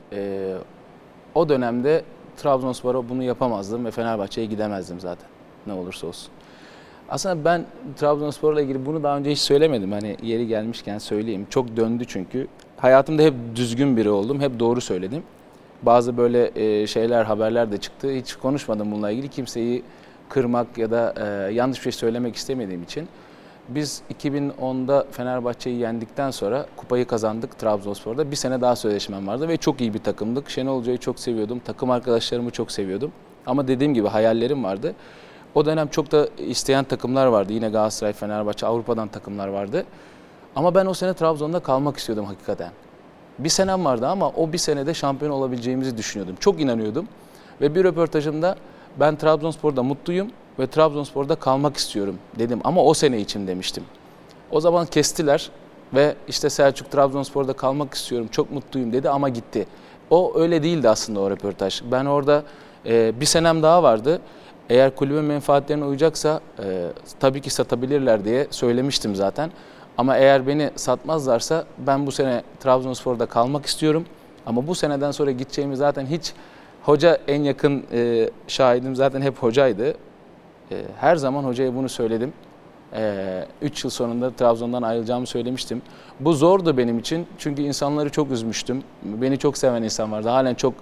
o dönemde Trabzonspor'a bunu yapamazdım ve Fenerbahçe'ye gidemezdim zaten ne olursa olsun. Aslında ben Trabzonspor'la ilgili bunu daha önce hiç söylemedim. Hani yeri gelmişken söyleyeyim. Çok döndü çünkü. Hayatımda hep düzgün biri oldum. Hep doğru söyledim. Bazı böyle şeyler, haberler de çıktı. Hiç konuşmadım bununla ilgili. Kimseyi kırmak ya da yanlış bir şey söylemek istemediğim için. Biz 2010'da Fenerbahçe'yi yendikten sonra kupayı kazandık Trabzonspor'da. Bir sene daha sözleşmem vardı ve çok iyi bir takımdık. Şenol Hoca'yı çok seviyordum. Takım arkadaşlarımı çok seviyordum. Ama dediğim gibi hayallerim vardı. O dönem çok da isteyen takımlar vardı. Yine Galatasaray, Fenerbahçe, Avrupa'dan takımlar vardı. Ama ben o sene Trabzon'da kalmak istiyordum hakikaten. Bir senem vardı ama o bir senede şampiyon olabileceğimizi düşünüyordum. Çok inanıyordum. Ve bir röportajımda ben Trabzonspor'da mutluyum ve Trabzonspor'da kalmak istiyorum dedim. Ama o sene için demiştim. O zaman kestiler ve işte Selçuk Trabzonspor'da kalmak istiyorum, çok mutluyum dedi ama gitti. O öyle değildi aslında o röportaj. Ben orada bir senem daha vardı. Eğer kulübün menfaatlerine uyacaksa tabii ki satabilirler diye söylemiştim zaten. Ama eğer beni satmazlarsa ben bu sene Trabzonspor'da kalmak istiyorum. Ama bu seneden sonra gideceğimi zaten hiç, hoca en yakın şahidim zaten hep hocaydı. Her zaman hocaya bunu söyledim. 3 yıl sonunda Trabzon'dan ayrılacağımı söylemiştim. Bu zordu benim için çünkü insanları çok üzmüştüm. Beni çok seven insan vardı. Halen çok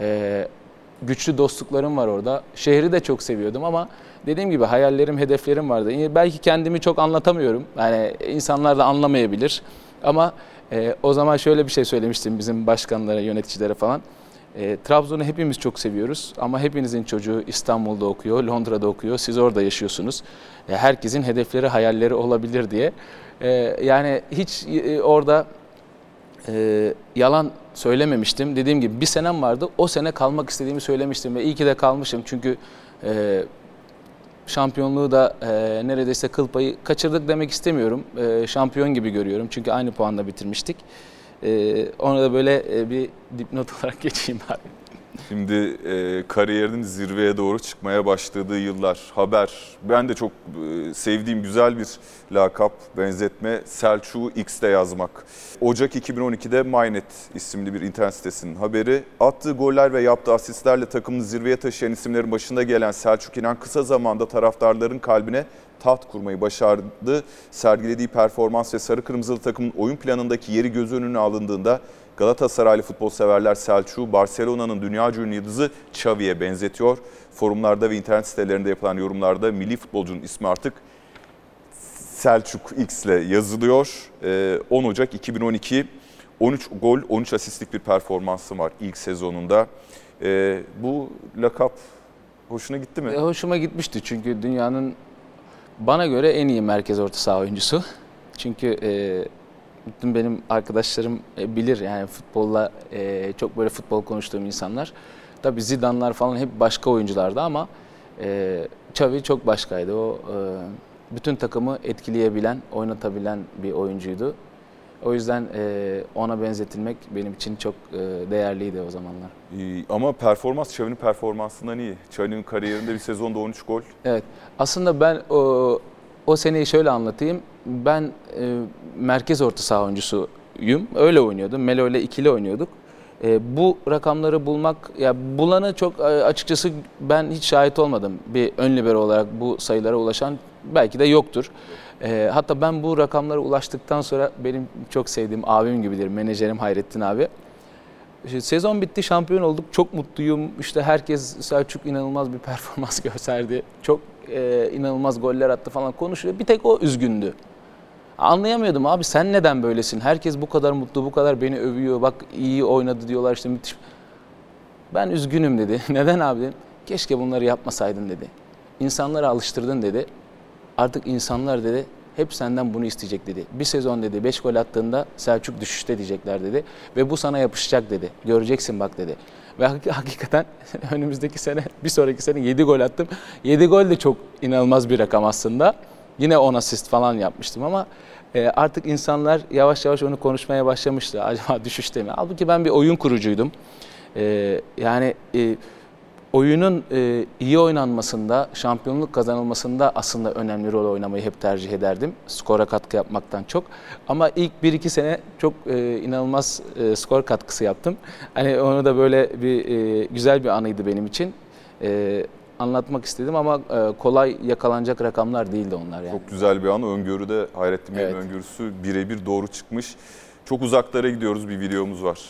güçlü dostluklarım var orada. Şehri de çok seviyordum ama dediğim gibi hayallerim, hedeflerim vardı. Belki kendimi çok anlatamıyorum. Yani insanlar da anlamayabilir. Ama o zaman şöyle bir şey söylemiştim bizim başkanlara, yöneticilere falan. Trabzon'u hepimiz çok seviyoruz ama hepinizin çocuğu İstanbul'da okuyor, Londra'da okuyor. Siz orada yaşıyorsunuz. Herkesin hedefleri, hayalleri olabilir diye. Yani hiç orada yalan söylememiştim. Dediğim gibi bir senem vardı. O sene kalmak istediğimi söylemiştim ve iyi ki de kalmışım. Çünkü şampiyonluğu da neredeyse kıl payı kaçırdık demek istemiyorum. Şampiyon gibi görüyorum. Çünkü aynı puanla bitirmiştik. Onu da böyle bir dipnot olarak geçeyim abi. Şimdi kariyerinin zirveye doğru çıkmaya başladığı yıllar, haber. Ben de çok sevdiğim güzel bir lakap, benzetme, Selçuk'u X'te yazmak. Ocak 2012'de MyNet isimli bir internet sitesinin haberi. Attığı goller ve yaptığı asistlerle takımını zirveye taşıyan isimlerin başında gelen Selçuk İnan kısa zamanda taraftarların kalbine taht kurmayı başardı. Sergilediği performans ve sarı kırmızılı takımın oyun planındaki yeri göz önüne alındığında Galatasaraylı futbol severler Selçuk'u Barcelona'nın dünyaca ünlü yıldızı Xavi'ye benzetiyor. Forumlarda ve internet sitelerinde yapılan yorumlarda milli futbolcunun ismi artık Selçuk X ile yazılıyor. 10 Ocak 2012, 13 gol, 13 asistlik bir performansı var ilk sezonunda. Bu lakap hoşuna gitti mi? Hoşuma gitmişti çünkü dünyanın bana göre en iyi merkez orta saha oyuncusu. Çünkü bütün benim arkadaşlarım bilir yani futbolla çok böyle futbol konuştuğum insanlar. Tabii Zidane'lar falan hep başka oyunculardı ama Xavi çok başkaydı. O bütün takımı etkileyebilen, oynatabilen bir oyuncuydu. O yüzden ona benzetilmek benim için çok değerliydi o zamanlar. Ama performans Xavi'nin performansından iyi. Xavi'nin kariyerinde bir sezonda 13 gol. Evet. Aslında ben o seneyi şöyle anlatayım. Ben merkez orta saha oyuncusuyum. Öyle oynuyordum. Melo ile ikili oynuyorduk. Bu rakamları bulmak, ya bulanı çok açıkçası ben hiç şahit olmadım. Bir ön libero olarak bu sayılara ulaşan belki de yoktur. Hatta ben bu rakamlara ulaştıktan sonra benim çok sevdiğim abim gibidir, menajerim Hayrettin abi. İşte sezon bitti, şampiyon olduk, çok mutluyum. İşte herkes Selçuk inanılmaz bir performans gösterdi. Çok inanılmaz goller attı falan konuşuyor. Bir tek o üzgündü. Anlayamıyordum abi, sen neden böylesin? Herkes bu kadar mutlu, bu kadar beni övüyor. Bak iyi oynadı diyorlar, işte müthiş. Ben üzgünüm dedi. Neden abi dedim. Keşke bunları yapmasaydın dedi. İnsanları alıştırdın dedi. Artık insanlar dedi hep senden bunu isteyecek dedi. Bir sezon dedi 5 gol attığında Selçuk düşüşte diyecekler dedi. Ve bu sana yapışacak dedi. Göreceksin bak dedi. Ve hakikaten önümüzdeki sene, bir sonraki sene 7 gol attım. 7 gol de çok inanılmaz bir rakam aslında. Yine 10 asist falan yapmıştım ama artık insanlar yavaş yavaş onu konuşmaya başlamıştı. Acaba düşüşte mi? Halbuki ben bir oyun kurucuydum. Oyunun iyi oynanmasında, şampiyonluk kazanılmasında aslında önemli rol oynamayı hep tercih ederdim. Skora katkı yapmaktan çok. Ama ilk 1-2 sene çok inanılmaz skor katkısı yaptım. Hani onu da böyle bir güzel bir anıydı benim için. Anlatmak istedim ama kolay yakalanacak rakamlar değildi onlar yani. Çok güzel bir an. Öngörüde Hayrettin Bey'in öngörüsü birebir doğru çıkmış. Çok uzaklara gidiyoruz. Bir videomuz var.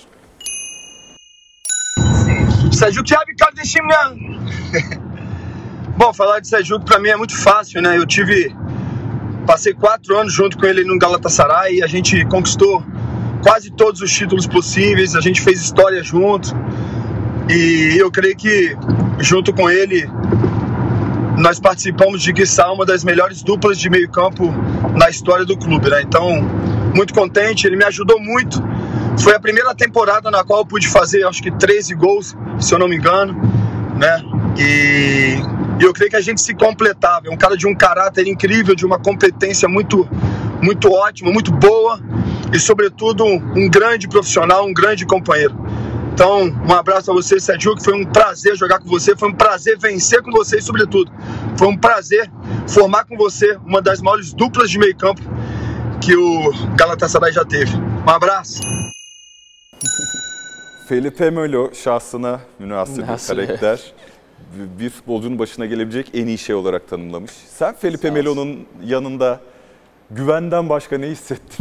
Selçuk abi kardeşim ya. Bom, falar de Selçuk para mim é muito fácil, né? Passei 4 anos junto com ele no Galatasaray, a gente conquistou quase todos os títulos possíveis, a gente fez história junto. E eu creio que junto com ele nós participamos de quiçá uma das melhores duplas de meio-campo na história do clube, né? Então, muito contente, ele me ajudou muito. Foi a primeira temporada na qual eu pude fazer, acho que 13 gols, se eu não me engano, né? E eu creio que a gente se completava. É um cara de um caráter incrível, de uma competência muito ótima, muito boa e, sobretudo, um grande profissional, um grande companheiro. Então, um abraço a você, Selçuk. Foi um prazer jogar com você, foi um prazer vencer com você e, sobretudo, foi um prazer formar com você uma das maiores duplas de meio-campo que o Galatasaray já teve. Um abraço. Felipe Melo şahsına münhasır bir karakter. Bir futbolcunun başına gelebilecek en iyi şey olarak tanımlamış. Sen Felipe Melo'nun yanında güvenden başka ne hissettin?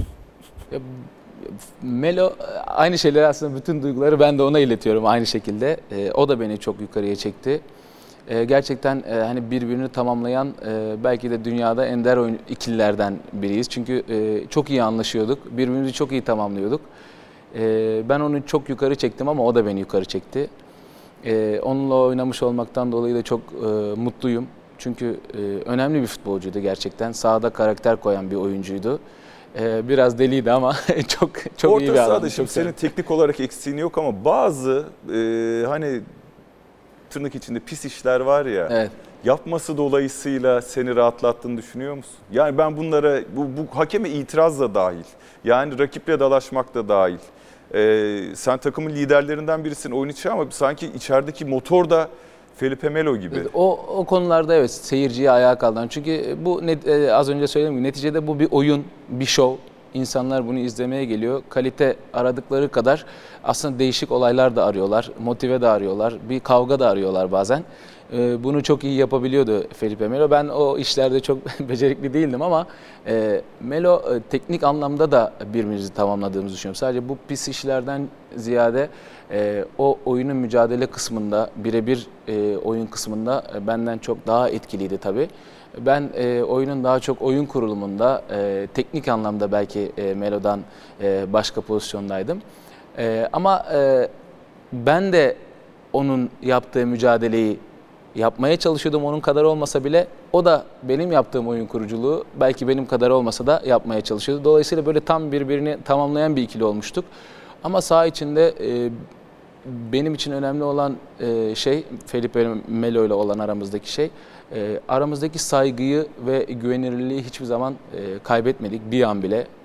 Melo aynı şeyleri, aslında bütün duyguları ben de ona iletiyorum aynı şekilde. O da beni çok yukarıya çekti. Gerçekten hani birbirini tamamlayan belki de dünyada ender ikililerden biriyiz. Çünkü çok iyi anlaşıyorduk, birbirimizi çok iyi tamamlıyorduk. Ben onu çok yukarı çektim ama o da beni yukarı çekti. Onunla oynamış olmaktan dolayı da çok mutluyum. Çünkü önemli bir futbolcuydu gerçekten. Sahada karakter koyan bir oyuncuydu. Biraz deliydi ama çok iyi bir adam. Orta sahada şimdi senin teknik olarak eksiğin yok ama bazı hani tırnak içinde pis işler var ya. Evet. Yapması dolayısıyla seni rahatlattığını düşünüyor musun? Yani ben bunlara, bu hakeme itiraz da dahil. Yani rakiple dalaşmak da dahil. Sen takımın liderlerinden birisin, oyun içi, ama sanki içerideki motor da Felipe Melo gibi. O konularda evet, seyirciyi ayağa kaldıran. Çünkü bu az önce söylediğim gibi neticede bu bir oyun, bir şov. İnsanlar bunu izlemeye geliyor. Kalite aradıkları kadar aslında değişik olaylar da arıyorlar. Motive de arıyorlar. Bir kavga da arıyorlar bazen. Bunu çok iyi yapabiliyordu Felipe Melo. Ben o işlerde çok becerikli değildim ama Melo teknik anlamda da birbirimizi tamamladığımızı düşünüyorum. Sadece bu pis işlerden ziyade o oyunun mücadele kısmında, birebir oyun kısmında benden çok daha etkiliydi tabii. Ben oyunun daha çok oyun kurulumunda, teknik anlamda belki Melo'dan başka pozisyondaydım. Ama ben de onun yaptığı mücadeleyi yapmaya çalışıyordum, onun kadar olmasa bile. O da benim yaptığım oyun kuruculuğu belki benim kadar olmasa da yapmaya çalışıyordu. Dolayısıyla böyle tam birbirini tamamlayan bir ikili olmuştuk. Ama saha içinde benim için önemli olan şey, Felipe Melo ile olan aramızdaki şey, aramızdaki saygıyı ve güvenilirliği hiçbir zaman kaybetmedik bir an bile.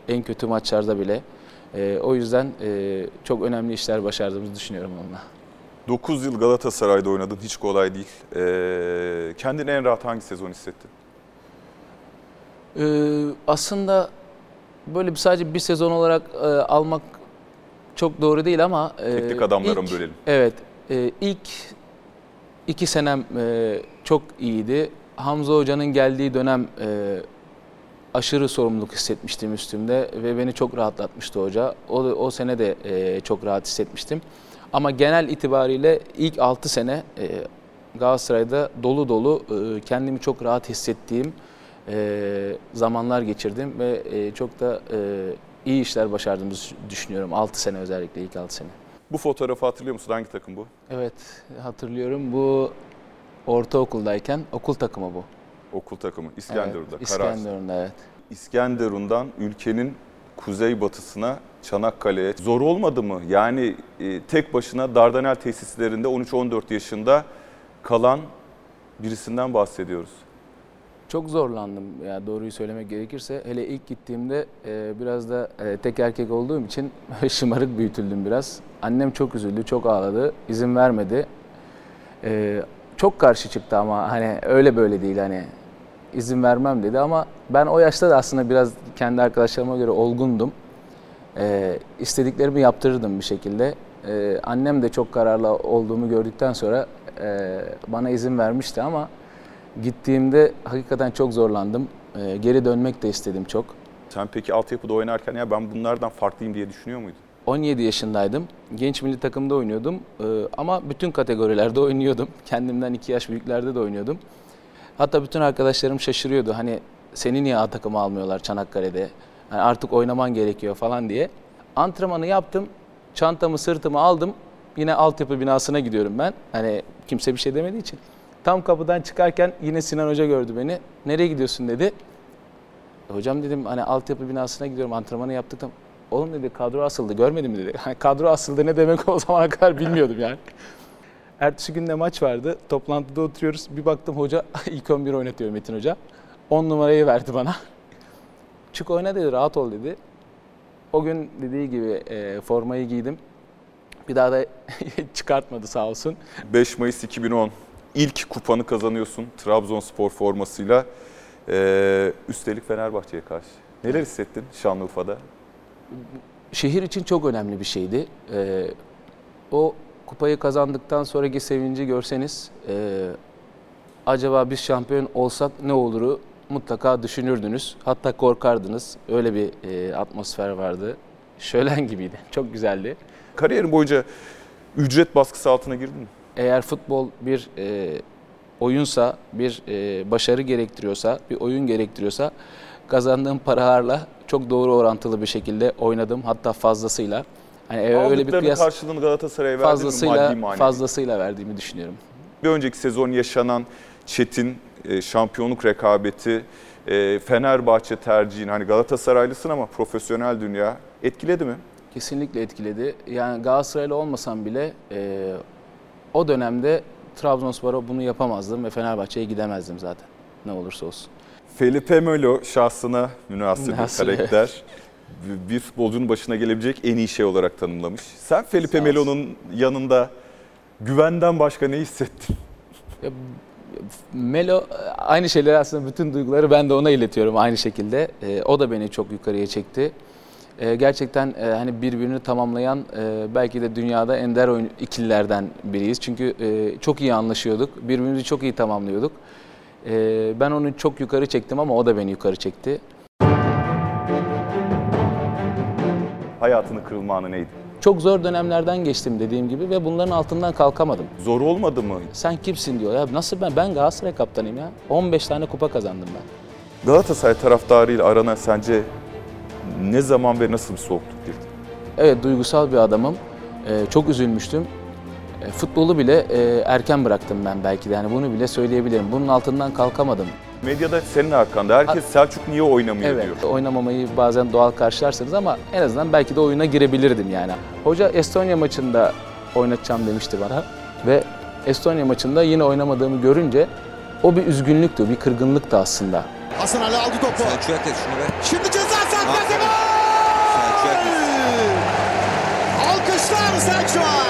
En kötü maçlarda bile. O yüzden çok önemli işler başardığımızı düşünüyorum onunla. 9 yıl Galatasaray'da oynadın, hiç kolay değil. Kendini en rahat hangi sezon hissettin? Aslında böyle sadece bir sezon olarak almak çok doğru değil ama... Teknik adamlara mı bölelim? Evet. İlk 2 senem çok iyiydi. Hamza Hoca'nın geldiği dönem aşırı sorumluluk hissetmiştim üstümde ve beni çok rahatlatmıştı hoca. O sene de çok rahat hissetmiştim. Ama genel itibariyle ilk 6 sene Galatasaray'da dolu dolu kendimi çok rahat hissettiğim zamanlar geçirdim ve çok da iyi işler başardığımızı düşünüyorum. 6 sene özellikle ilk 6 sene. Bu fotoğrafı hatırlıyor musun? Hangi takım bu? Evet, hatırlıyorum. Bu ortaokuldayken okul takımı bu. Okul takımı. İskenderun'da. Evet, Kararsız. İskenderun'da, evet. İskenderun'dan ülkenin kuzeybatısına Çanakkale'ye zor olmadı mı? Yani tek başına Dardanel tesislerinde 13-14 yaşında kalan birisinden bahsediyoruz. Çok zorlandım ya, doğruyu söylemek gerekirse. Hele ilk gittiğimde biraz da tek erkek olduğum için şımarık büyütüldüm biraz. Annem çok üzüldü, çok ağladı, izin vermedi. Çok karşı çıktı ama hani öyle böyle değil, hani izin vermem dedi ama ben o yaşta da aslında biraz kendi arkadaşlarıma göre olgundum. İstediklerimi yaptırırdım bir şekilde. Annem de çok kararlı olduğumu gördükten sonra bana izin vermişti ama gittiğimde hakikaten çok zorlandım. Geri dönmek de istedim çok. Sen peki altyapıda oynarken ya ben bunlardan farklıyım diye düşünüyor muydun? 17 yaşındaydım. Genç milli takımda oynuyordum. Ama bütün kategorilerde oynuyordum. Kendimden 2 yaş büyüklerde de oynuyordum. Hatta bütün arkadaşlarım şaşırıyordu. Hani seni niye A takıma almıyorlar Çanakkale'de? Yani artık oynaman gerekiyor falan diye. Antrenmanı yaptım. Çantamı sırtıma aldım. Yine altyapı binasına gidiyorum ben. Hani kimse bir şey demediği için. Tam kapıdan çıkarken yine Sinan Hoca gördü beni. Nereye gidiyorsun dedi. Hocam dedim hani altyapı binasına gidiyorum, antrenmanı yaptık. Oğlum dedi kadro asıldı, görmedin mi dedi. Hani kadro asıldı ne demek o zamana kadar bilmiyordum yani. Ertesi günde maç vardı. Toplantıda oturuyoruz. Bir baktım hoca ilk 11 oynatıyor, Metin Hoca. 10 numarayı verdi bana. Çık oyna dedi, rahat ol dedi. O gün dediği gibi formayı giydim. Bir daha da çıkartmadı sağ olsun. 5 Mayıs 2010 ilk kupanı kazanıyorsun Trabzonspor formasıyla. Üstelik Fenerbahçe'ye karşı. Neler hissettin Şanlıurfa'da? Şehir için çok önemli bir şeydi. O kupayı kazandıktan sonraki sevinci görseniz, acaba biz şampiyon olsak ne oluru mutlaka düşünürdünüz. Hatta korkardınız. Öyle bir atmosfer vardı. Şölen gibiydi. Çok güzeldi. Kariyerin boyunca ücret baskısı altına girdin mi? Eğer futbol bir oyunsa, bir başarı gerektiriyorsa, bir oyun gerektiriyorsa kazandığım paralarla çok doğru orantılı bir şekilde oynadım. Hatta fazlasıyla. Hani öyle bir kıyas karşılığını Galatasaray'a verdin mi maddi manevi? fazlasıyla verdiğimi düşünüyorum. Bir önceki sezon yaşanan çetin şampiyonluk rekabeti, Fenerbahçe tercihin, hani Galatasaraylısın ama profesyonel dünya etkiledi mi? Kesinlikle etkiledi. Yani Galatasaraylı olmasam bile o dönemde Trabzonspor'a bunu yapamazdım ve Fenerbahçe'ye gidemezdim zaten. Ne olursa olsun. Felipe Melo şahsına münhasır bir Münhasır, karakter. Bir futbolcunun başına gelebilecek en iyi şey olarak tanımlamış. Sen Felipe Sağ Melo'nun yanında güvenden başka ne hissettin? Melo aynı şeyleri, aslında bütün duyguları ben de ona iletiyorum aynı şekilde. O da beni çok yukarıya çekti. Gerçekten hani birbirini tamamlayan belki de dünyada ender ikililerden biriyiz. Çünkü çok iyi anlaşıyorduk, birbirimizi çok iyi tamamlıyorduk. Ben onu çok yukarı çektim ama o da beni yukarı çekti. Hayatının kırılma anı neydi? Çok zor dönemlerden geçtim dediğim gibi ve bunların altından kalkamadım. Zor olmadı mı? Sen kimsin diyor. Ya nasıl ben? Ben Galatasaray kaptanıyım ya. 15 tane kupa kazandım ben. Galatasaray taraftarıyla arana sence ne zaman ve nasıl bir soğukluk girdi? Evet, duygusal bir adamım. Çok üzülmüştüm. Futbolu bile erken bıraktım ben belki de. Yani bunu bile söyleyebilirim. Bunun altından kalkamadım. Medyada senin arkanda herkes Selçuk niye oynamıyor Evet, diyor. oynamamayı bazen doğal karşılarsınız ama en azından belki de oyuna girebilirdim yani. Hoca Estonya maçında oynatacağım demişti bana ve Estonya maçında yine oynamadığımı görünce o bir üzgünlüktü, bir kırgınlıktı aslında. Hasan Ali aldı topu. Selçuk'a tek şunu ver. Şimdi ceza sahası gol! Alkışlar Selçuk'a.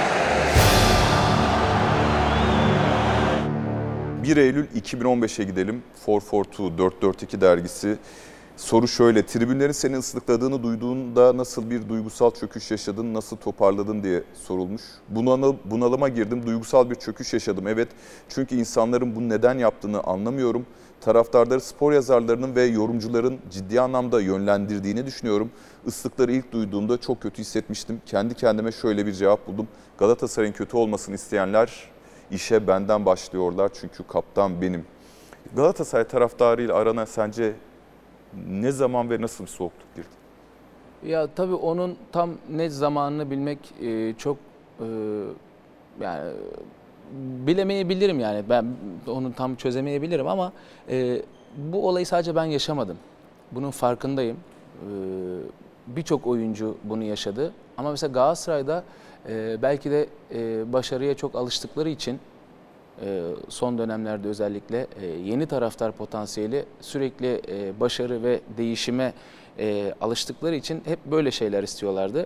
1 Eylül 2015'e gidelim. 442 442 dergisi. Soru şöyle: tribünlerin seni ıslıkladığını duyduğunda nasıl bir duygusal çöküş yaşadın, nasıl toparladın diye sorulmuş. Bunalıma girdim, duygusal bir çöküş yaşadım. Evet, çünkü insanların bunu neden yaptığını anlamıyorum. Taraftarları spor yazarlarının ve yorumcuların ciddi anlamda yönlendirdiğini düşünüyorum. Islıkları ilk duyduğumda çok kötü hissetmiştim. Kendi kendime şöyle bir cevap buldum: Galatasaray'ın kötü olmasını isteyenler işe benden başlıyorlar çünkü kaptan benim. Galatasaray taraftarıyla arana sence ne zaman ve nasıl bir soğukluk girdi? Ya tabii onun tam net zamanını bilmek çok yani bilemeyebilirim yani. Ben onu tam çözemeyebilirim ama bu olayı sadece ben yaşamadım. Bunun farkındayım. Birçok oyuncu bunu yaşadı. Ama mesela Galatasaray'da belki de başarıya çok alıştıkları için son dönemlerde özellikle yeni taraftar potansiyeli sürekli başarı ve değişime alıştıkları için hep böyle şeyler istiyorlardı.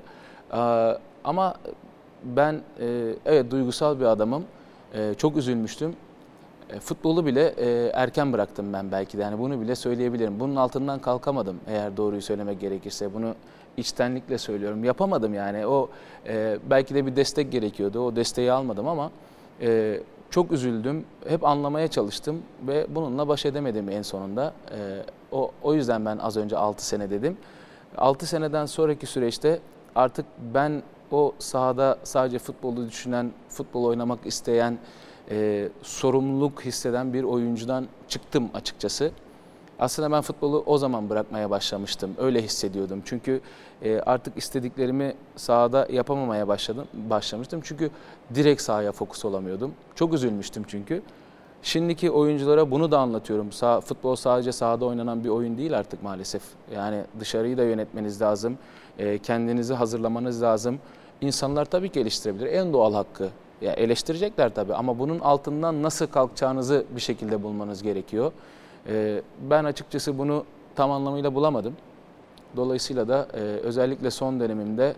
Ama ben evet duygusal bir adamım. Çok üzülmüştüm. Futbolu bile erken bıraktım ben belki de. Yani bunu bile söyleyebilirim. Bunun altından kalkamadım eğer doğruyu söylemek gerekirse. Bunu içtenlikle söylüyorum. Yapamadım yani. O belki de bir destek gerekiyordu. O desteği almadım ama çok üzüldüm. Hep anlamaya çalıştım ve bununla baş edemedim en sonunda. O yüzden ben az önce 6 sene dedim. 6 seneden sonraki süreçte artık ben o sahada sadece futbolu düşünen, futbol oynamak isteyen, sorumluluk hisseden bir oyuncudan çıktım açıkçası. Aslında ben futbolu o zaman bırakmaya başlamıştım. Öyle hissediyordum. Çünkü artık istediklerimi sahada yapamamaya başlamıştım. Çünkü direkt sahaya fokus olamıyordum. Çok üzülmüştüm çünkü. Şimdiki oyunculara bunu da anlatıyorum. Futbol sadece sahada oynanan bir oyun değil artık maalesef. Yani dışarıyı da yönetmeniz lazım. Kendinizi hazırlamanız lazım. İnsanlar tabii ki eleştirebilir. En doğal hakkı. Ya eleştirecekler tabii ama bunun altından nasıl kalkacağınızı bir şekilde bulmanız gerekiyor. Ben açıkçası bunu tam anlamıyla bulamadım. Dolayısıyla da özellikle son dönemimde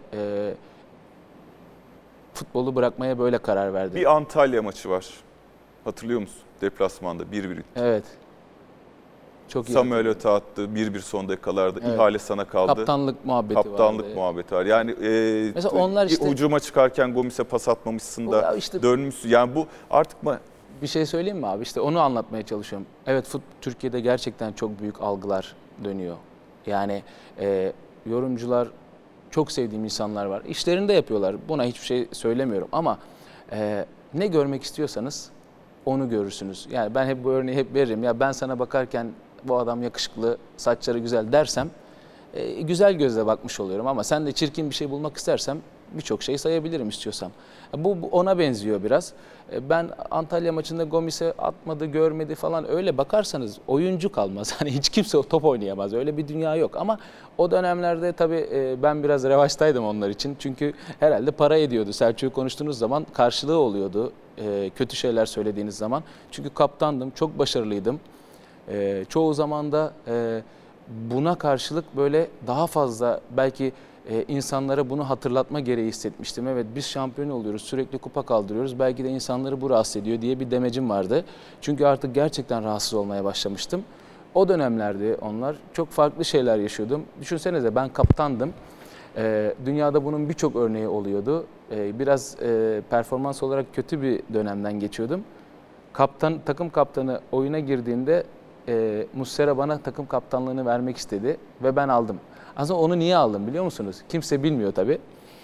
futbolu bırakmaya böyle karar verdim. Bir Antalya maçı var. Hatırlıyor musun? Deplasmanda 1-1. Evet. Çok iyi. Samuel öte attı. 1-1 son dakikalarda. Evet. İhale sana kaldı. Kaptanlık muhabbeti vardı. Kaptanlık muhabbeti var. Yani Mesela onlar işte hücuma çıkarken Gomis'e pas atmamışsın da işte dönmüşsün. Yani bu artık mı? bir şey söyleyeyim mi abi? İşte onu anlatmaya çalışıyorum. Evet, Türkiye'de gerçekten çok büyük algılar dönüyor. Yani yorumcular, çok sevdiğim insanlar var. İşlerini de yapıyorlar. Buna hiçbir şey söylemiyorum ama ne görmek istiyorsanız onu görürsünüz. Yani ben hep bu örneği hep veririm. Ya ben sana bakarken bu adam yakışıklı, saçları güzel dersem güzel gözle bakmış oluyorum ama sen de çirkin bir şey bulmak istersem birçok şey sayabilirim istiyorsam. Bu ona benziyor biraz. Ben Antalya maçında Gomis'e atmadı, görmedi falan öyle bakarsanız oyuncu kalmaz. Hani hiç kimse top oynayamaz. Öyle bir dünya yok ama o dönemlerde tabii ben biraz revaçtaydım onlar için. Çünkü herhalde para ediyordu. Selçuk'u konuştuğunuz zaman karşılığı oluyordu. Kötü şeyler söylediğiniz zaman. Çünkü kaptandım, çok başarılıydım. Çoğu zaman da buna karşılık böyle daha fazla belki insanlara bunu hatırlatma gereği hissetmiştim. Evet, biz şampiyon oluyoruz, sürekli kupa kaldırıyoruz. Belki de insanları bu rahatsız ediyor diye bir demecim vardı. Çünkü artık gerçekten rahatsız olmaya başlamıştım. O dönemlerde onlar çok farklı şeyler yaşıyordum. Düşünsenize ben kaptandım. Dünyada bunun birçok örneği oluyordu. Biraz performans olarak kötü bir dönemden geçiyordum. Takım kaptanı oyuna girdiğinde Muslera bana takım kaptanlığını vermek istedi ve ben aldım. Aslında onu niye aldım biliyor musunuz? Kimse bilmiyor tabii.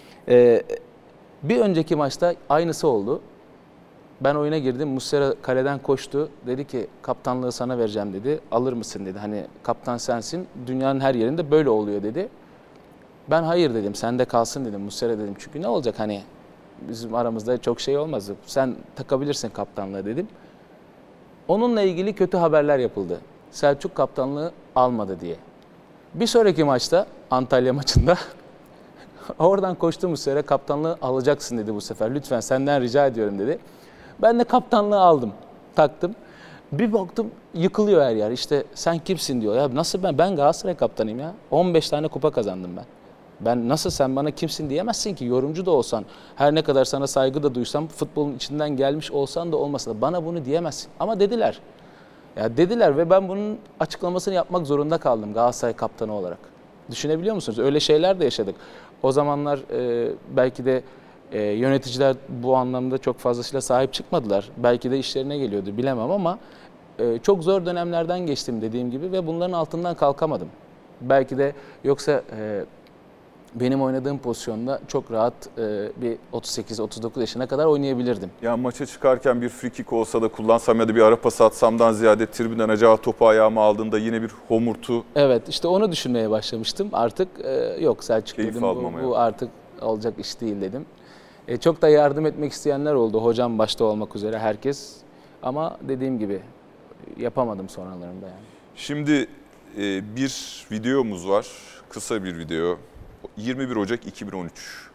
Bir önceki maçta aynısı oldu. Ben oyuna girdim. Muslera kaleden koştu. Dedi ki kaptanlığı sana vereceğim dedi. Alır mısın dedi. Hani kaptan sensin. Dünyanın her yerinde böyle oluyor dedi. Ben hayır dedim. Sende kalsın dedim. Muslera dedim. Çünkü ne olacak hani bizim aramızda çok şey olmaz. Sen takabilirsin kaptanlığı dedim. Onunla ilgili kötü haberler yapıldı. Selçuk kaptanlığı almadı diye. Bir sonraki maçta Antalya maçında oradan koştu Muslera, kaptanlığı alacaksın dedi bu sefer. Lütfen senden rica ediyorum dedi. Ben de kaptanlığı aldım, taktım. Bir baktım yıkılıyor her yer. İşte sen kimsin diyor. Ya nasıl ben? Ben Galatasaray kaptanıyım ya. 15 tane kupa kazandım ben. Ben nasıl, sen bana kimsin diyemezsin ki, yorumcu da olsan, her ne kadar sana saygı da duysam, futbolun içinden gelmiş olsan da olmasa da bana bunu diyemezsin. Ama dediler. Ya dediler ve ben bunun açıklamasını yapmak zorunda kaldım Galatasaray kaptanı olarak. Düşünebiliyor musunuz? Öyle şeyler de yaşadık. O zamanlar belki de yöneticiler bu anlamda çok fazlasıyla sahip çıkmadılar. Belki de işlerine geliyordu, bilemem ama çok zor dönemlerden geçtim dediğim gibi ve bunların altından kalkamadım. Belki de yoksa benim oynadığım pozisyonda çok rahat bir 38-39 yaşına kadar oynayabilirdim. Ya maça çıkarken bir free kick olsa da kullansam ya da bir ara pas atsamdan ziyade tribünden acaba topu ayağıma aldığında yine bir homurtu. Evet, işte onu düşünmeye başlamıştım. Artık yok Selçuk Keyif dedim, almamaya. bu artık olacak iş değil dedim. Çok da yardım etmek isteyenler oldu. Hocam başta olmak üzere herkes. Ama dediğim gibi yapamadım sonralarında yani. Şimdi bir videomuz var. Kısa bir video. 21 Ocak 2013.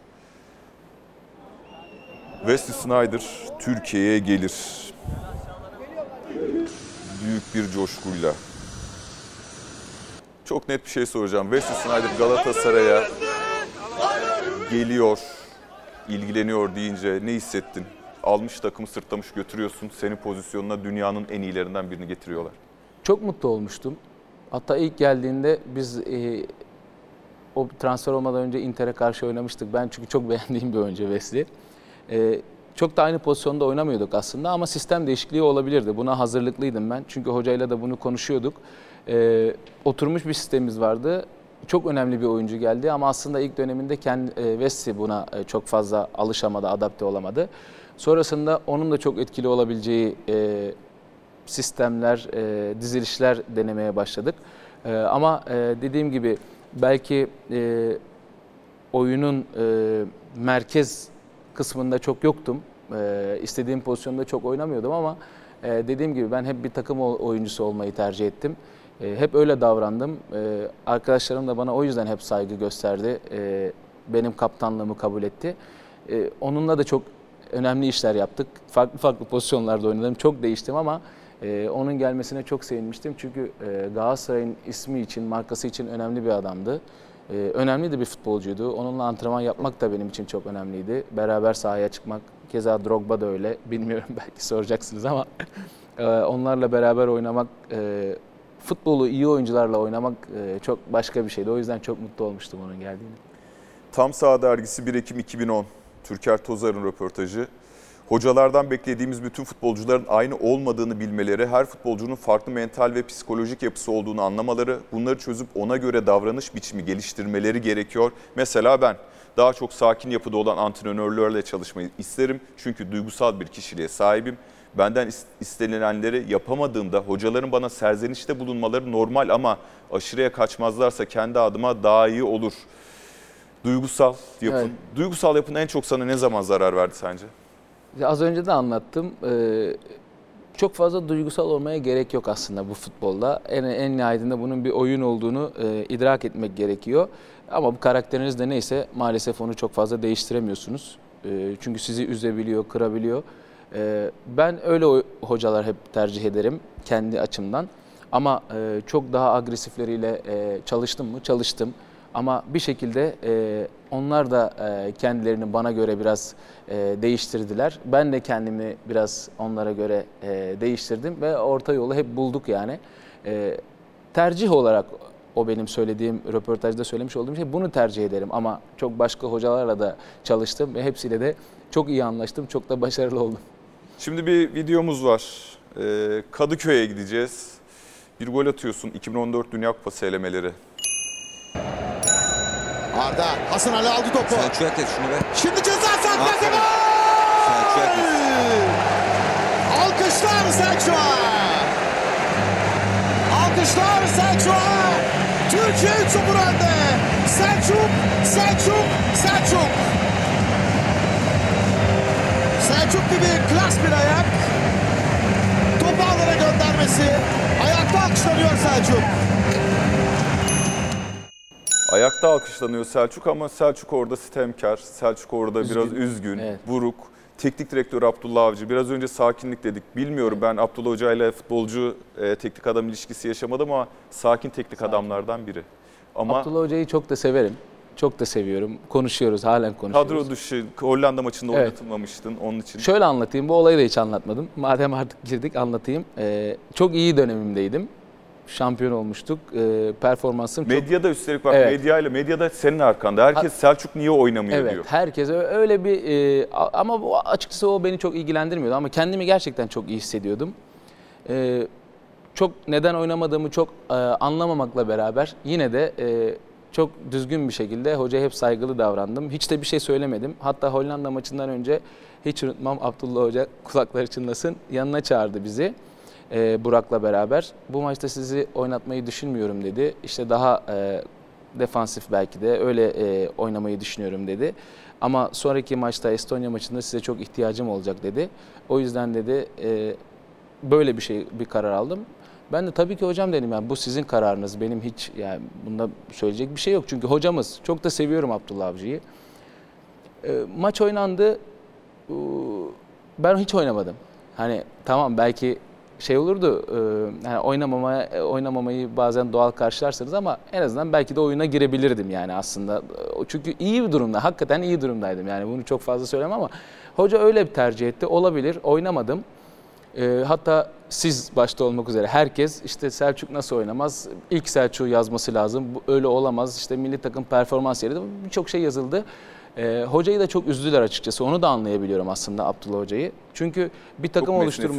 Wesley Sneijder Türkiye'ye gelir. Büyük bir coşkuyla. Çok net bir şey soracağım. Wesley Sneijder Galatasaray'a geliyor, ilgileniyor deyince ne hissettin? Almış takımı sırtlamış götürüyorsun. Senin pozisyonuna dünyanın en iyilerinden birini getiriyorlar. Çok mutlu olmuştum. Hatta ilk geldiğinde biz o transfer olmadan önce Inter'e karşı oynamıştık. Ben çünkü çok beğendiğim bir oyuncu Wesley. Çok da aynı pozisyonda oynamıyorduk aslında ama sistem değişikliği olabilirdi. Buna hazırlıklıydım ben. Çünkü hocayla da bunu konuşuyorduk. Oturmuş bir sistemimiz vardı. Çok önemli bir oyuncu geldi ama aslında ilk döneminde Wesley buna çok fazla alışamadı, adapte olamadı. Sonrasında onun da çok etkili olabileceği sistemler, dizilişler denemeye başladık. Ama dediğim gibi belki oyunun merkez kısmında çok yoktum. İstediğim pozisyonda çok oynamıyordum ama dediğim gibi ben hep bir takım oyuncusu olmayı tercih ettim. Hep öyle davrandım. Arkadaşlarım da bana o yüzden hep saygı gösterdi. Benim kaptanlığımı kabul etti. Onunla da çok önemli işler yaptık. Farklı farklı pozisyonlarda oynadım. Çok değiştim ama onun gelmesine çok sevinmiştim. Çünkü Galatasaray'ın ismi için, markası için önemli bir adamdı. Önemli de bir futbolcuydu. Onunla antrenman yapmak da benim için çok önemliydi. Beraber sahaya çıkmak. Keza Drogba da öyle. Bilmiyorum, belki soracaksınız ama onlarla beraber oynamak, futbolu iyi oyuncularla oynamak çok başka bir şeydi. O yüzden çok mutlu olmuştum onun geldiğine. Tam Saha Dergisi 1 Ekim 2010. Türker Tozar'ın röportajı. Hocalardan beklediğimiz bütün futbolcuların aynı olmadığını bilmeleri, her futbolcunun farklı mental ve psikolojik yapısı olduğunu anlamaları, bunları çözüp ona göre davranış biçimi geliştirmeleri gerekiyor. Mesela ben daha çok sakin yapıda olan antrenörlerle çalışmayı isterim. Çünkü duygusal bir kişiliğe sahibim. Benden istenilenleri yapamadığımda hocaların bana serzenişte bulunmaları normal ama aşırıya kaçmazlarsa kendi adıma daha iyi olur. Duygusal yapın. Evet. Duygusal yapın en çok sana ne zaman zarar verdi sence? Az önce de anlattım. Çok fazla duygusal olmaya gerek yok aslında bu futbolda. En nihayetinde bunun bir oyun olduğunu idrak etmek gerekiyor. Ama bu karakteriniz de neyse maalesef onu çok fazla değiştiremiyorsunuz. Çünkü sizi üzebiliyor, kırabiliyor. Ben öyle hocalar hep tercih ederim kendi açımdan. Ama çok daha agresifleriyle çalıştım mı? Çalıştım. Ama bir şekilde onlar da kendilerini bana göre biraz değiştirdiler. Ben de kendimi biraz onlara göre değiştirdim ve orta yolu hep bulduk yani. Tercih olarak o benim söylediğim, röportajda söylemiş olduğum şey, bunu tercih ederim. Ama çok başka hocalarla da çalıştım ve hepsiyle de çok iyi anlaştım, çok da başarılı oldum. Şimdi bir videomuz var. Kadıköy'e gideceğiz. Bir gol atıyorsun. 2014 Dünya Kupası elemeleri. Arda, Hasan Ali aldı topu. Selçuk'a kes şunu ver. Şimdi ceza sahasına Aferin. gol! Selçuk'a kes. Alkışlar Selçuk'a. Alkışlar Selçuk'a. Türkiye 3-0 önde. Selçuk, Selçuk, Selçuk. Selçuk gibi klas bir ayak. Topu alana göndermesi. Ayakta alkışlanıyor Selçuk. Ayakta alkışlanıyor Selçuk ama Selçuk orada sitemkar, Selçuk orada biraz üzgün, Evet. buruk. Teknik direktör Abdullah Avcı, biraz önce sakinlik dedik. Bilmiyorum, ben Abdullah Hoca ile futbolcu teknik adam ilişkisi yaşamadım ama sakin teknik adamlardan biri. Ama Abdullah Hoca'yı çok da severim. Çok da seviyorum. Konuşuyoruz, halen konuşuyoruz. Kadro dışı Hollanda maçında Evet. oynatılmamıştın onun için. Şöyle anlatayım, bu olayı da hiç anlatmadım. Madem artık girdik anlatayım. Çok iyi dönemimdeydim. Şampiyon olmuştuk. Performansım çok... Medyada üstelik bak, Evet. medyada senin arkanda. Herkes Selçuk niye oynamıyor Evet, diyor. herkes öyle bir... ama açıkçası o beni çok ilgilendirmiyordu. Ama kendimi gerçekten çok iyi hissediyordum. Çok neden oynamadığımı çok anlamamakla beraber yine de çok düzgün bir şekilde hocaya hep saygılı davrandım. Hiç de bir şey söylemedim. Hatta Hollanda maçından önce hiç unutmam, Abdullah Hoca kulakları çınlasın, yanına çağırdı bizi Burak'la beraber. Bu maçta sizi oynatmayı düşünmüyorum dedi. İşte daha defansif belki de öyle oynamayı düşünüyorum dedi. Ama sonraki maçta Estonya maçında size çok ihtiyacım olacak dedi. O yüzden dedi böyle bir karar aldım. Ben de tabii ki hocam dedim, yani bu sizin kararınız, benim hiç yani bunda söyleyecek bir şey yok. Çünkü hocamız, çok da seviyorum Abdullah Avcı'yı. Maç oynandı, ben hiç oynamadım. Hani tamam belki şey olurdu, yani oynamamayı bazen doğal karşılarsınız ama en azından belki de oyuna girebilirdim yani aslında. Çünkü iyi bir durumda, hakikaten iyi durumdaydım yani, bunu çok fazla söylemem ama hoca öyle bir tercih etti, olabilir, oynamadım. Hatta siz başta olmak üzere herkes işte Selçuk nasıl oynamaz, ilk Selçuk'u yazması lazım, bu öyle olamaz, işte milli takım performans yerinde birçok şey yazıldı. Hocayı da çok üzdüler açıkçası, onu da anlayabiliyorum aslında Abdullah Hoca'yı. Çünkü bir takım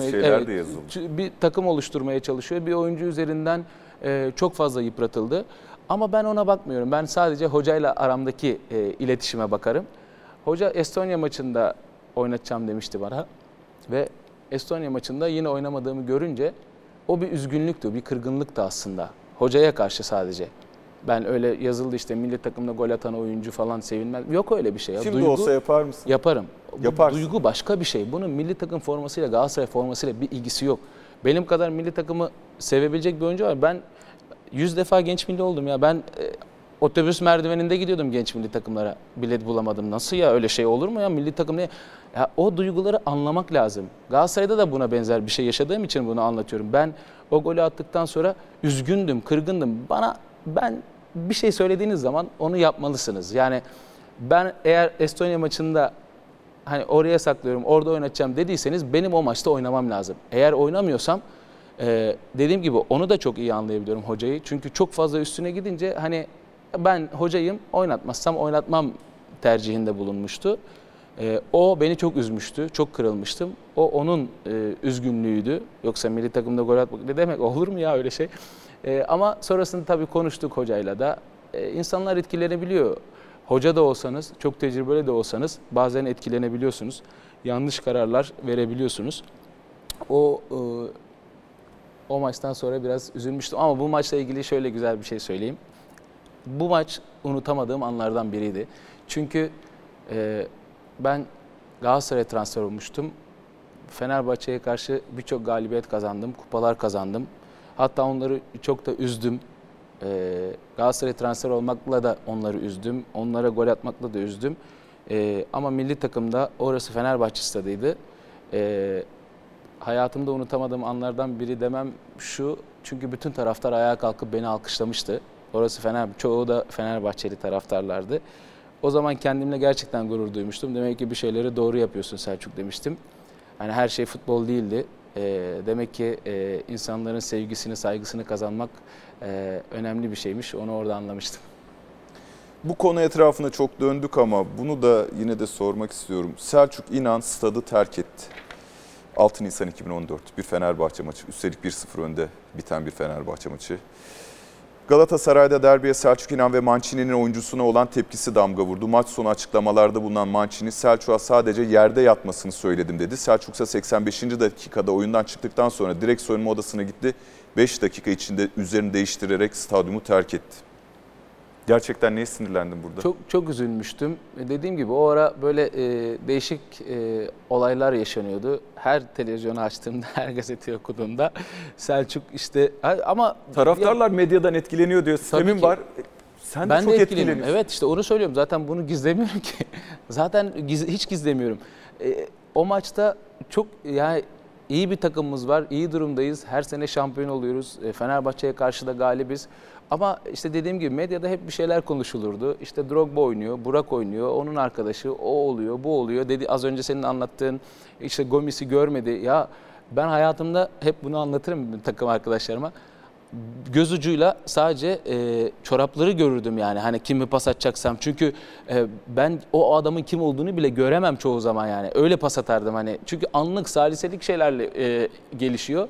bir takım oluşturmaya çalışıyor, bir oyuncu üzerinden çok fazla yıpratıldı. Ama ben ona bakmıyorum, ben sadece hocayla aramdaki iletişime bakarım. Hoca Estonya maçında oynatacağım demişti bana ve Estonya maçında yine oynamadığımı görünce o bir üzgünlüktü, bir kırgınlıktı aslında. Hocaya karşı sadece. Ben öyle yazıldı işte milli takımda gol atan oyuncu falan sevinmez. Yok öyle bir şey. Ya. Şimdi olsa yapar mısın? Yaparım. Yaparsın. Duygu başka bir şey. Bunun milli takım formasıyla, Galatasaray formasıyla bir ilgisi yok. Benim kadar milli takımı sevebilecek bir oyuncu var. Ben 100 defa genç milli oldum ya. Ben otobüs merdiveninde gidiyordum genç milli takımlara. Bilet bulamadım. Nasıl ya, öyle şey olur mu ya, milli takım ne? Ya o duyguları anlamak lazım. Galatasaray'da da buna benzer bir şey yaşadığım için bunu anlatıyorum. Ben o golü attıktan sonra üzgündüm, kırgındım. Ben bir şey söylediğiniz zaman onu yapmalısınız. Yani ben eğer Estonya maçında hani oraya saklıyorum, orada oynatacağım dediyseniz benim o maçta oynamam lazım. Eğer oynamıyorsam dediğim gibi onu da çok iyi anlayabiliyorum hocayı. Çünkü çok fazla üstüne gidince hani ben hocayım, oynatmazsam oynatmam tercihinde bulunmuştu. O beni çok üzmüştü, çok kırılmıştım. O onun üzgünlüğüydü. Yoksa milli takımda gol atmak ne demek, olur mu ya öyle şey? Ama sonrasında tabii konuştuk hocayla da. İnsanlar etkilenebiliyor. Hoca da olsanız, çok tecrübeli de olsanız bazen etkilenebiliyorsunuz. Yanlış kararlar verebiliyorsunuz. O maçtan sonra biraz üzülmüştüm ama bu maçla ilgili şöyle güzel bir şey söyleyeyim. Bu maç unutamadığım anlardan biriydi. Çünkü ben Galatasaray'a transfer olmuştum. Fenerbahçe'ye karşı birçok galibiyet kazandım, kupalar kazandım. Hatta onları çok da üzdüm. Galatasaray'a transfer olmakla da onları üzdüm. Onlara gol atmakla da üzdüm. Ama milli takımda, orası Fenerbahçe stadıydı. Hayatımda unutamadığım anlardan biri demem şu. Çünkü bütün taraftar ayağa kalkıp beni alkışlamıştı. Orası çoğu da Fenerbahçeli taraftarlardı. O zaman kendimle gerçekten gurur duymuştum. Demek ki bir şeyleri doğru yapıyorsun Selçuk demiştim. Hani her şey futbol değildi. Demek ki insanların sevgisini, saygısını kazanmak önemli bir şeymiş. Onu orada anlamıştım. Bu konu etrafında çok döndük ama bunu da yine de sormak istiyorum. Selçuk İnan stadı terk etti. 6 Nisan 2014 bir Fenerbahçe maçı. Üstelik 1-0 önde biten bir Fenerbahçe maçı. Galatasaray'da derbiye Selçuk İnan ve Mancini'nin oyuncusuna olan tepkisi damga vurdu. Maç sonu açıklamalarda bulunan Mancini, Selçuk'a sadece yerde yatmasını söyledim dedi. Selçuk ise 85. dakikada oyundan çıktıktan sonra direkt soyunma odasına gitti. 5 dakika içinde üzerini değiştirerek stadyumu terk etti. Gerçekten neye sinirlendin burada? Çok üzülmüştüm. Dediğim gibi o ara böyle değişik olaylar yaşanıyordu. Her televizyonu açtığımda, her gazeteyi okuduğumda Selçuk işte ama... Taraftarlar medyadan etkileniyor diyor. Sistemin var. Sen de çok etkileniyorsun. Evet işte onu söylüyorum. Zaten bunu gizlemiyorum ki. Zaten hiç gizlemiyorum. O maçta çok yani iyi bir takımımız var, iyi durumdayız. Her sene şampiyon oluyoruz. Fenerbahçe'ye karşı da galibiz. Ama işte dediğim gibi medyada hep bir şeyler konuşulurdu. İşte Drogba oynuyor, Burak oynuyor, onun arkadaşı, o oluyor, bu oluyor. Dedi az önce senin anlattığın işte Gomis'i görmedi. Ya ben hayatımda hep bunu anlatırım takım arkadaşlarıma. Göz ucuyla sadece çorapları görürdüm yani hani kimi pas atacaksam. Çünkü ben o adamın kim olduğunu bile göremem çoğu zaman yani. Öyle pas atardım hani. Çünkü anlık saliselik şeylerle gelişiyor.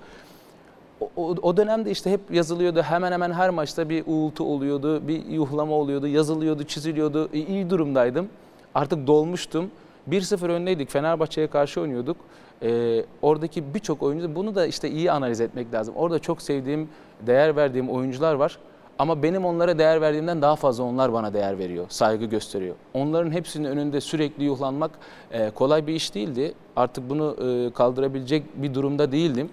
O dönemde işte hep yazılıyordu. Hemen hemen her maçta bir uğultu oluyordu, bir yuhlama oluyordu, yazılıyordu, çiziliyordu. İyi durumdaydım. Artık dolmuştum. 1-0 öndeydik. Fenerbahçe'ye karşı oynuyorduk. Oradaki birçok oyuncu, bunu da işte iyi analiz etmek lazım. Orada çok sevdiğim, değer verdiğim oyuncular var. Ama benim onlara değer verdiğimden daha fazla onlar bana değer veriyor, saygı gösteriyor. Onların hepsinin önünde sürekli yuhlanmak kolay bir iş değildi. Artık bunu kaldırabilecek bir durumda değildim.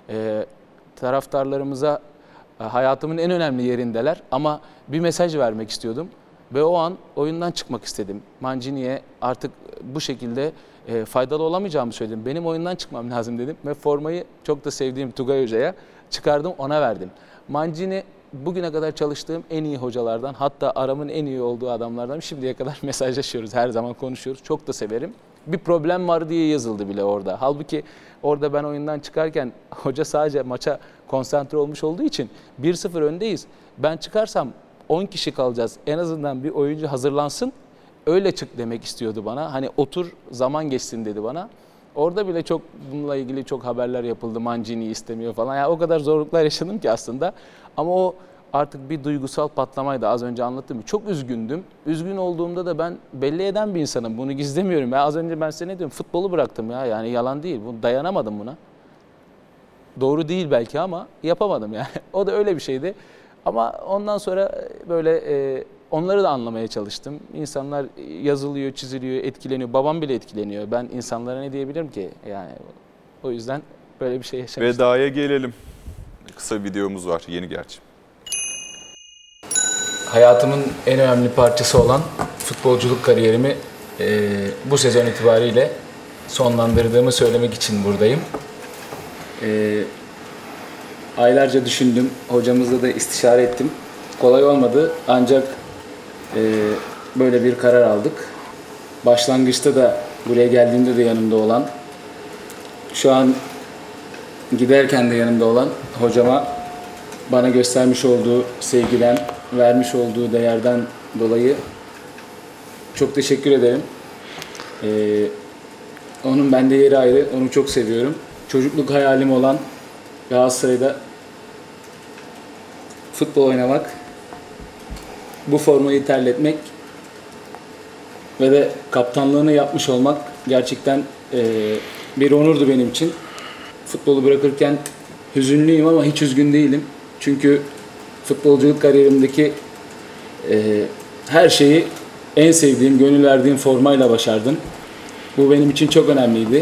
Taraftarlarımıza hayatımın en önemli yerindeler ama bir mesaj vermek istiyordum. Ve o an oyundan çıkmak istedim. Mancini'ye artık bu şekilde faydalı olamayacağımı söyledim. Benim oyundan çıkmam lazım dedim ve formayı çok da sevdiğim Tugay Hoca'ya çıkardım, ona verdim. Mancini bugüne kadar çalıştığım en iyi hocalardan, hatta aramın en iyi olduğu adamlardan. Şimdiye kadar mesajlaşıyoruz, her zaman konuşuyoruz. Çok da severim. Bir problem var diye yazıldı bile orada. Halbuki orada ben oyundan çıkarken hoca sadece maça konsantre olmuş olduğu için 1-0 öndeyiz. Ben çıkarsam 10 kişi kalacağız. En azından bir oyuncu hazırlansın. Öyle çık demek istiyordu bana. Hani otur, zaman geçsin dedi bana. Orada bile çok bununla ilgili çok haberler yapıldı. Mancini istemiyor falan. Yani o kadar zorluklar yaşadım ki aslında. Ama o artık bir duygusal patlamaydı. Az önce anlattım. Çok üzgündüm. Üzgün olduğumda da ben belli eden bir insanım. Bunu gizlemiyorum. Ya az önce ben size ne diyorum? Futbolu bıraktım ya. Yani yalan değil. Dayanamadım buna. Doğru değil belki ama yapamadım yani. O da öyle bir şeydi. Ama ondan sonra böyle onları da anlamaya çalıştım. İnsanlar yazılıyor, çiziliyor, etkileniyor. Babam bile etkileniyor. Ben insanlara ne diyebilirim ki? Yani o yüzden böyle bir şey yaşamıştım. Veda'ya gelelim. Kısa videomuz var. Yeni gerçi. Hayatımın en önemli parçası olan futbolculuk kariyerimi bu sezon itibariyle sonlandırdığımı söylemek için buradayım. Aylarca düşündüm, hocamızla da istişare ettim. Kolay olmadı ancak böyle bir karar aldık. Başlangıçta da buraya geldiğimde de yanımda olan, şu an giderken de yanımda olan hocama bana göstermiş olduğu sevgiden, vermiş olduğu değerden dolayı çok teşekkür ederim. Onun bende yeri ayrı, onu çok seviyorum. Çocukluk hayalim olan Galatasaray'da futbol oynamak, bu formayı terletmek ve de kaptanlığını yapmış olmak gerçekten bir onurdu benim için. Futbolu bırakırken hüzünlüyüm ama hiç üzgün değilim. Çünkü futbolculuk kariyerimdeki her şeyi en sevdiğim, gönül verdiğim formayla başardım. Bu benim için çok önemliydi.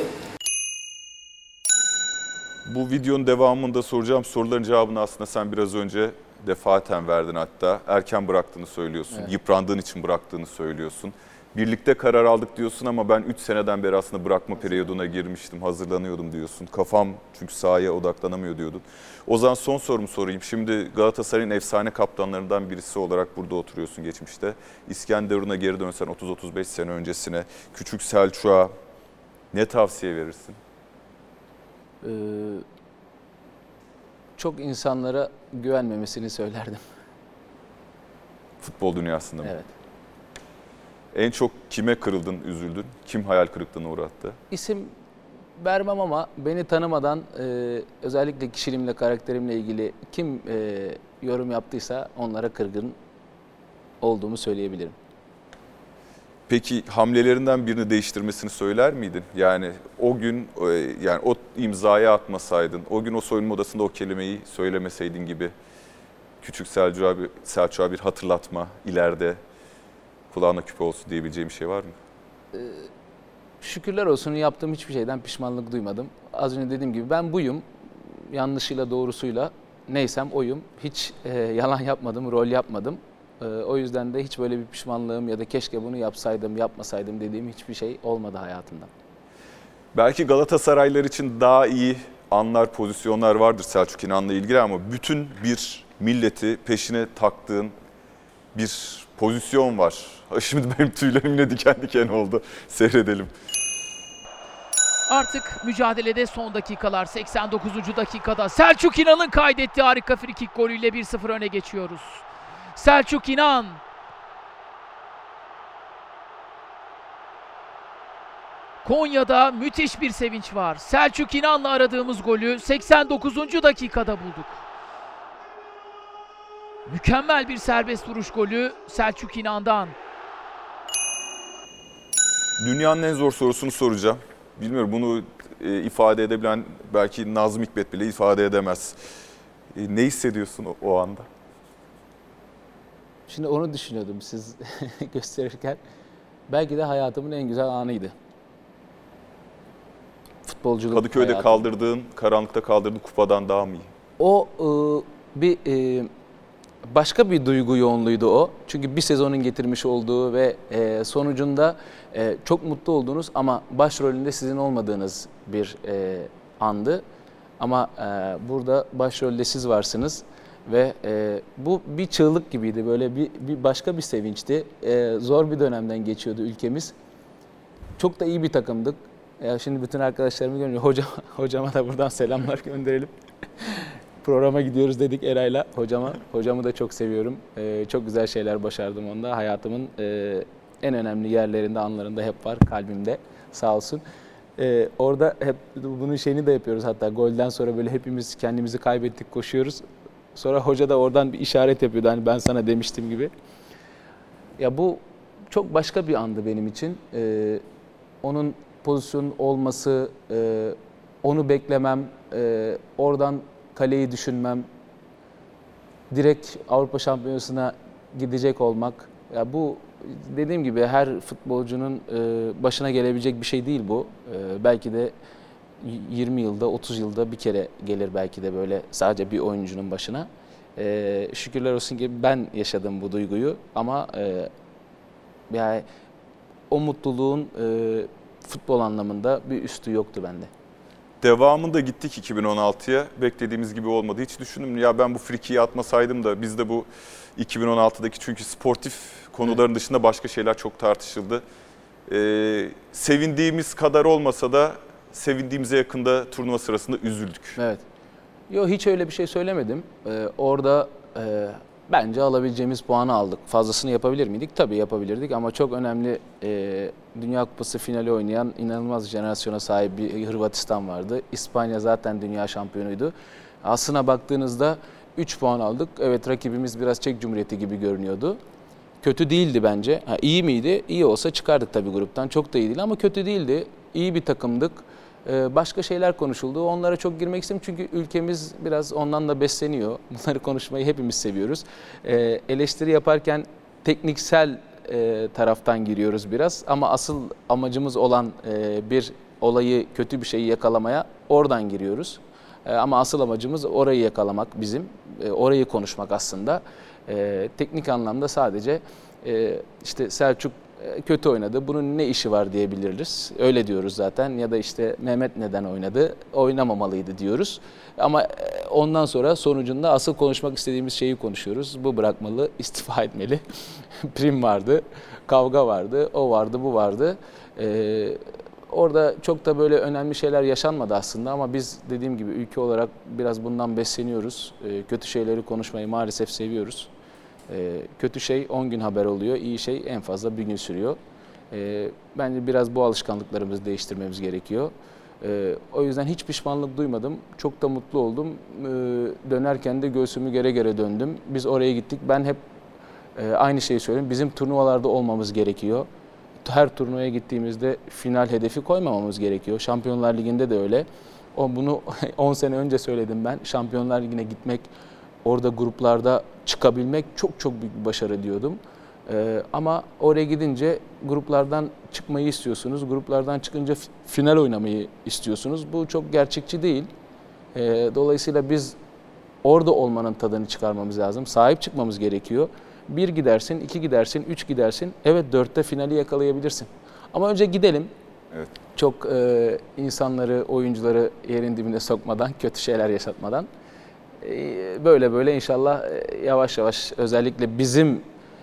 Bu videonun devamında soracağım soruların cevabını aslında sen biraz önce defaten verdin hatta. Erken bıraktığını söylüyorsun, evet. Yıprandığın için bıraktığını söylüyorsun. Birlikte karar aldık diyorsun ama ben 3 seneden beri aslında bırakma periyoduna girmiştim, hazırlanıyordum diyorsun. Kafam çünkü sahaya odaklanamıyor diyordun. O zaman son sorumu sorayım. Şimdi Galatasaray'ın efsane kaptanlarından birisi olarak burada oturuyorsun geçmişte. İskenderun'a geri dönsen 30-35 sene öncesine, Küçük Selçuk'a ne tavsiye verirsin? Çok insanlara güvenmemesini söylerdim. Futbol dünyasında mı? Evet. En çok kime kırıldın, üzüldün? Kim hayal kırıklığına uğrattı? İsim vermem ama beni tanımadan özellikle kişiliğimle, karakterimle ilgili kim yorum yaptıysa onlara kırgın olduğumu söyleyebilirim. Peki hamlelerinden birini değiştirmesini söyler miydin? Yani o gün yani o imzayı atmasaydın, o gün o soyunma odasında o kelimeyi söylemeseydin gibi Küçük Selçuk'a bir hatırlatma ileride kulağına küpe olsun diyebileceğim bir şey var mı? Şükürler olsun yaptığım hiçbir şeyden pişmanlık duymadım. Az önce dediğim gibi ben buyum. Yanlışıyla doğrusuyla neysem oyum. Hiç yalan yapmadım, rol yapmadım. O yüzden de hiç böyle bir pişmanlığım ya da keşke bunu yapsaydım, yapmasaydım dediğim hiçbir şey olmadı hayatımda. Belki Galatasaraylılar için daha iyi anlar, pozisyonlar vardır Selçuk İnan'la ilgili ama bütün bir milleti peşine taktığın bir pozisyon var. Şimdi benim tüylerim yine diken diken oldu. Seyredelim. Artık mücadelede son dakikalar. 89. dakikada Selçuk İnan'ın kaydettiği harika frikik golüyle 1-0 öne geçiyoruz. Selçuk İnan. Konya'da müthiş bir sevinç var. Selçuk İnan'la aradığımız golü 89. dakikada bulduk. Mükemmel bir serbest vuruş golü Selçuk İnan'dan. Dünyanın en zor sorusunu soracağım. Bilmiyorum, bunu ifade edebilen belki Nazım Hikmet bile ifade edemez. Ne hissediyorsun o anda? Şimdi onu düşünüyordum siz gösterirken. Belki de hayatımın en güzel anıydı. Futbolculuk Kadıköy'de hayatım. kaldırdığın, karanlıkta kaldırdığın kupadan daha mı iyi? O bir başka bir duygu yoğunluğuydu o. Çünkü bir sezonun getirmiş olduğu ve sonucunda çok mutlu olduğunuz ama başrolünde sizin olmadığınız bir andı. Ama burada başrolde siz varsınız ve bu bir çığlık gibiydi. Böyle bir başka bir sevinçti. Zor bir dönemden geçiyordu ülkemiz. Çok da iyi bir takımdık. Ya şimdi bütün arkadaşlarımı görünce hocama da buradan selamlar gönderelim. Programa gidiyoruz dedik Eray'la hocama. Hocamı da çok seviyorum. Çok güzel şeyler başardım onda. Hayatımın en önemli yerlerinde, anlarında hep var kalbimde. Sağ olsun. Orada hep bunun şeyini de yapıyoruz hatta. Golden sonra böyle hepimiz kendimizi kaybettik, koşuyoruz. Sonra hoca da oradan bir işaret yapıyordu. Hani ben sana demiştim gibi. Ya bu çok başka bir andı benim için. Onun pozisyonun olması, onu beklemem, oradan kaleyi düşünmem, direkt Avrupa Şampiyonası'na gidecek olmak. Ya bu dediğim gibi her futbolcunun başına gelebilecek bir şey değil bu. Belki de 20 yılda, 30 yılda bir kere gelir belki de böyle sadece bir oyuncunun başına. Şükürler olsun ki ben yaşadım bu duyguyu ama yani o mutluluğun futbol anlamında bir üstü yoktu bende. Devamında gittik 2016'ya. Beklediğimiz gibi olmadı. Hiç düşündüm ya ben bu frikiyi atmasaydım da biz de bu 2016'daki çünkü sportif konuların dışında başka şeyler çok tartışıldı. Sevindiğimiz kadar olmasa da sevindiğimize yakında turnuva sırasında üzüldük. Evet. Yok hiç öyle bir şey söylemedim. Orada bence alabileceğimiz puanı aldık. Fazlasını yapabilir miydik? Tabii yapabilirdik ama çok önemli Dünya Kupası finali oynayan inanılmaz jenerasyona sahip bir Hırvatistan vardı. İspanya zaten dünya şampiyonuydu. Aslına baktığınızda 3 puan aldık. Evet rakibimiz biraz Çek Cumhuriyeti gibi görünüyordu. Kötü değildi bence. İyi miydi? İyi olsa çıkardık tabii gruptan. Çok da iyi değil ama kötü değildi. İyi bir takımdık. Başka şeyler konuşuldu. Onlara çok girmek istemiyorum çünkü ülkemiz biraz ondan da besleniyor. Bunları konuşmayı hepimiz seviyoruz. Eleştiri yaparken tekniksel taraftan giriyoruz biraz ama asıl amacımız olan bir olayı, kötü bir şeyi yakalamaya oradan giriyoruz. Ama asıl amacımız orayı yakalamak bizim, orayı konuşmak aslında. Teknik anlamda sadece işte Selçuk kötü oynadı, bunun ne işi var diyebiliriz. Öyle diyoruz zaten ya da işte Mehmet neden oynadı, oynamamalıydı diyoruz. Ama ondan sonra sonucunda asıl konuşmak istediğimiz şeyi konuşuyoruz. Bu bırakmalı, istifa etmeli. Prim vardı, kavga vardı, o vardı, bu vardı. Orada çok da böyle önemli şeyler yaşanmadı aslında ama biz dediğim gibi ülke olarak biraz bundan besleniyoruz. Kötü şeyleri konuşmayı maalesef seviyoruz. Kötü şey 10 gün haber oluyor, iyi şey en fazla bir gün sürüyor. Bence biraz bu alışkanlıklarımızı değiştirmemiz gerekiyor. O yüzden hiç pişmanlık duymadım. Çok da mutlu oldum. Dönerken de göğsümü gere gere döndüm. Biz oraya gittik. Ben hep aynı şeyi söylüyorum. Bizim turnuvalarda olmamız gerekiyor. Her turnuvaya gittiğimizde final hedefi koymamamız gerekiyor. Şampiyonlar Ligi'nde de öyle. Bunu 10 sene önce söyledim ben. Şampiyonlar Ligi'ne gitmek, orada gruplarda çıkabilmek çok çok büyük bir başarı diyordum. Ama oraya gidince gruplardan çıkmayı istiyorsunuz. Gruplardan çıkınca final oynamayı istiyorsunuz. Bu çok gerçekçi değil. Dolayısıyla biz orada olmanın tadını çıkarmamız lazım. Sahip çıkmamız gerekiyor. 1 gidersin, 2 gidersin, 3 gidersin. Evet 4'te finali yakalayabilirsin. Ama önce gidelim. Evet. çok insanları, oyuncuları yerin dibine sokmadan, kötü şeyler yaşatmadan böyle inşallah yavaş yavaş özellikle bizim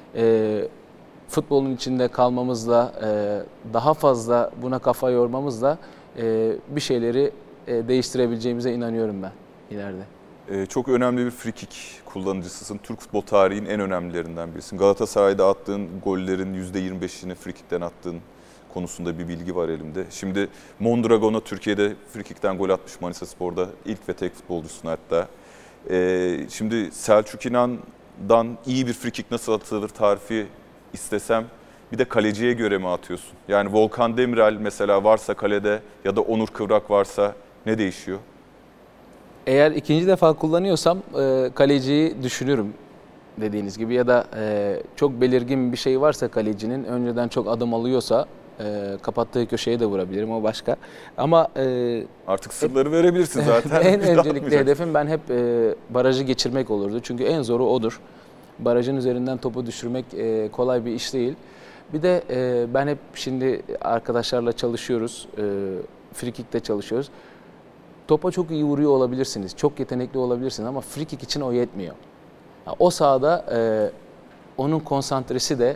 futbolun içinde kalmamızla, daha fazla buna kafa yormamızla bir şeyleri değiştirebileceğimize inanıyorum ben ileride. Çok önemli bir frikik kullanıcısısın. Türk futbol tarihinin en önemlilerinden birisin. Galatasaray'da attığın gollerin %25'ini frikikten attığın konusunda bir bilgi var elimde. Şimdi Mondragon'a Türkiye'de frikikten gol atmış Manisaspor'da ilk ve tek futbolcusun hatta. Şimdi Selçuk İnan'dan iyi bir frikik nasıl atılır tarifi istesem bir de kaleciye göre mi atıyorsun? Yani Volkan Demirel mesela varsa kalede ya da Onur Kıvrak varsa ne değişiyor? Eğer ikinci defa kullanıyorsam kaleciyi düşünürüm dediğiniz gibi ya da çok belirgin bir şey varsa kalecinin önceden çok adım alıyorsa kapattığı köşeye de vurabilirim, o başka. Ama artık sırları verebilirsin zaten. En öncelikli hedefim ben hep barajı geçirmek olurdu. Çünkü en zoru odur. Barajın üzerinden topu düşürmek kolay bir iş değil. Bir de ben hep şimdi arkadaşlarla çalışıyoruz, frikikte çalışıyoruz. Topa çok iyi vuruyor olabilirsiniz, çok yetenekli olabilirsiniz ama frikik için o yetmiyor. O sahada onun konsantresi de,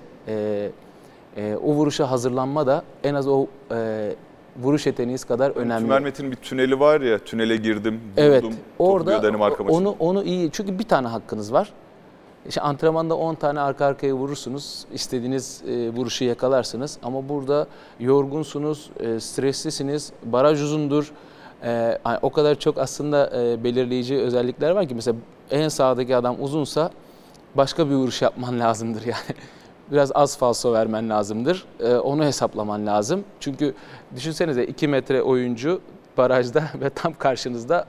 o vuruşa hazırlanma da en az o vuruş yeteneğiniz kadar önemli. Tümer Metin'in bir tüneli var ya, tünele girdim, vurdum, evet, orada Danimarka maçında. Onu iyi, çünkü bir tane hakkınız var. İşte antrenmanda 10 tane arka arkaya vurursunuz, istediğiniz vuruşu yakalarsınız ama burada yorgunsunuz, streslisiniz, baraj uzundur. O kadar çok aslında belirleyici özellikler var ki mesela en sağdaki adam uzunsa başka bir vuruş yapman lazımdır yani. Biraz az falso vermen lazımdır. Onu hesaplaman lazım. Çünkü düşünsenize 2 metre oyuncu barajda ve tam karşınızda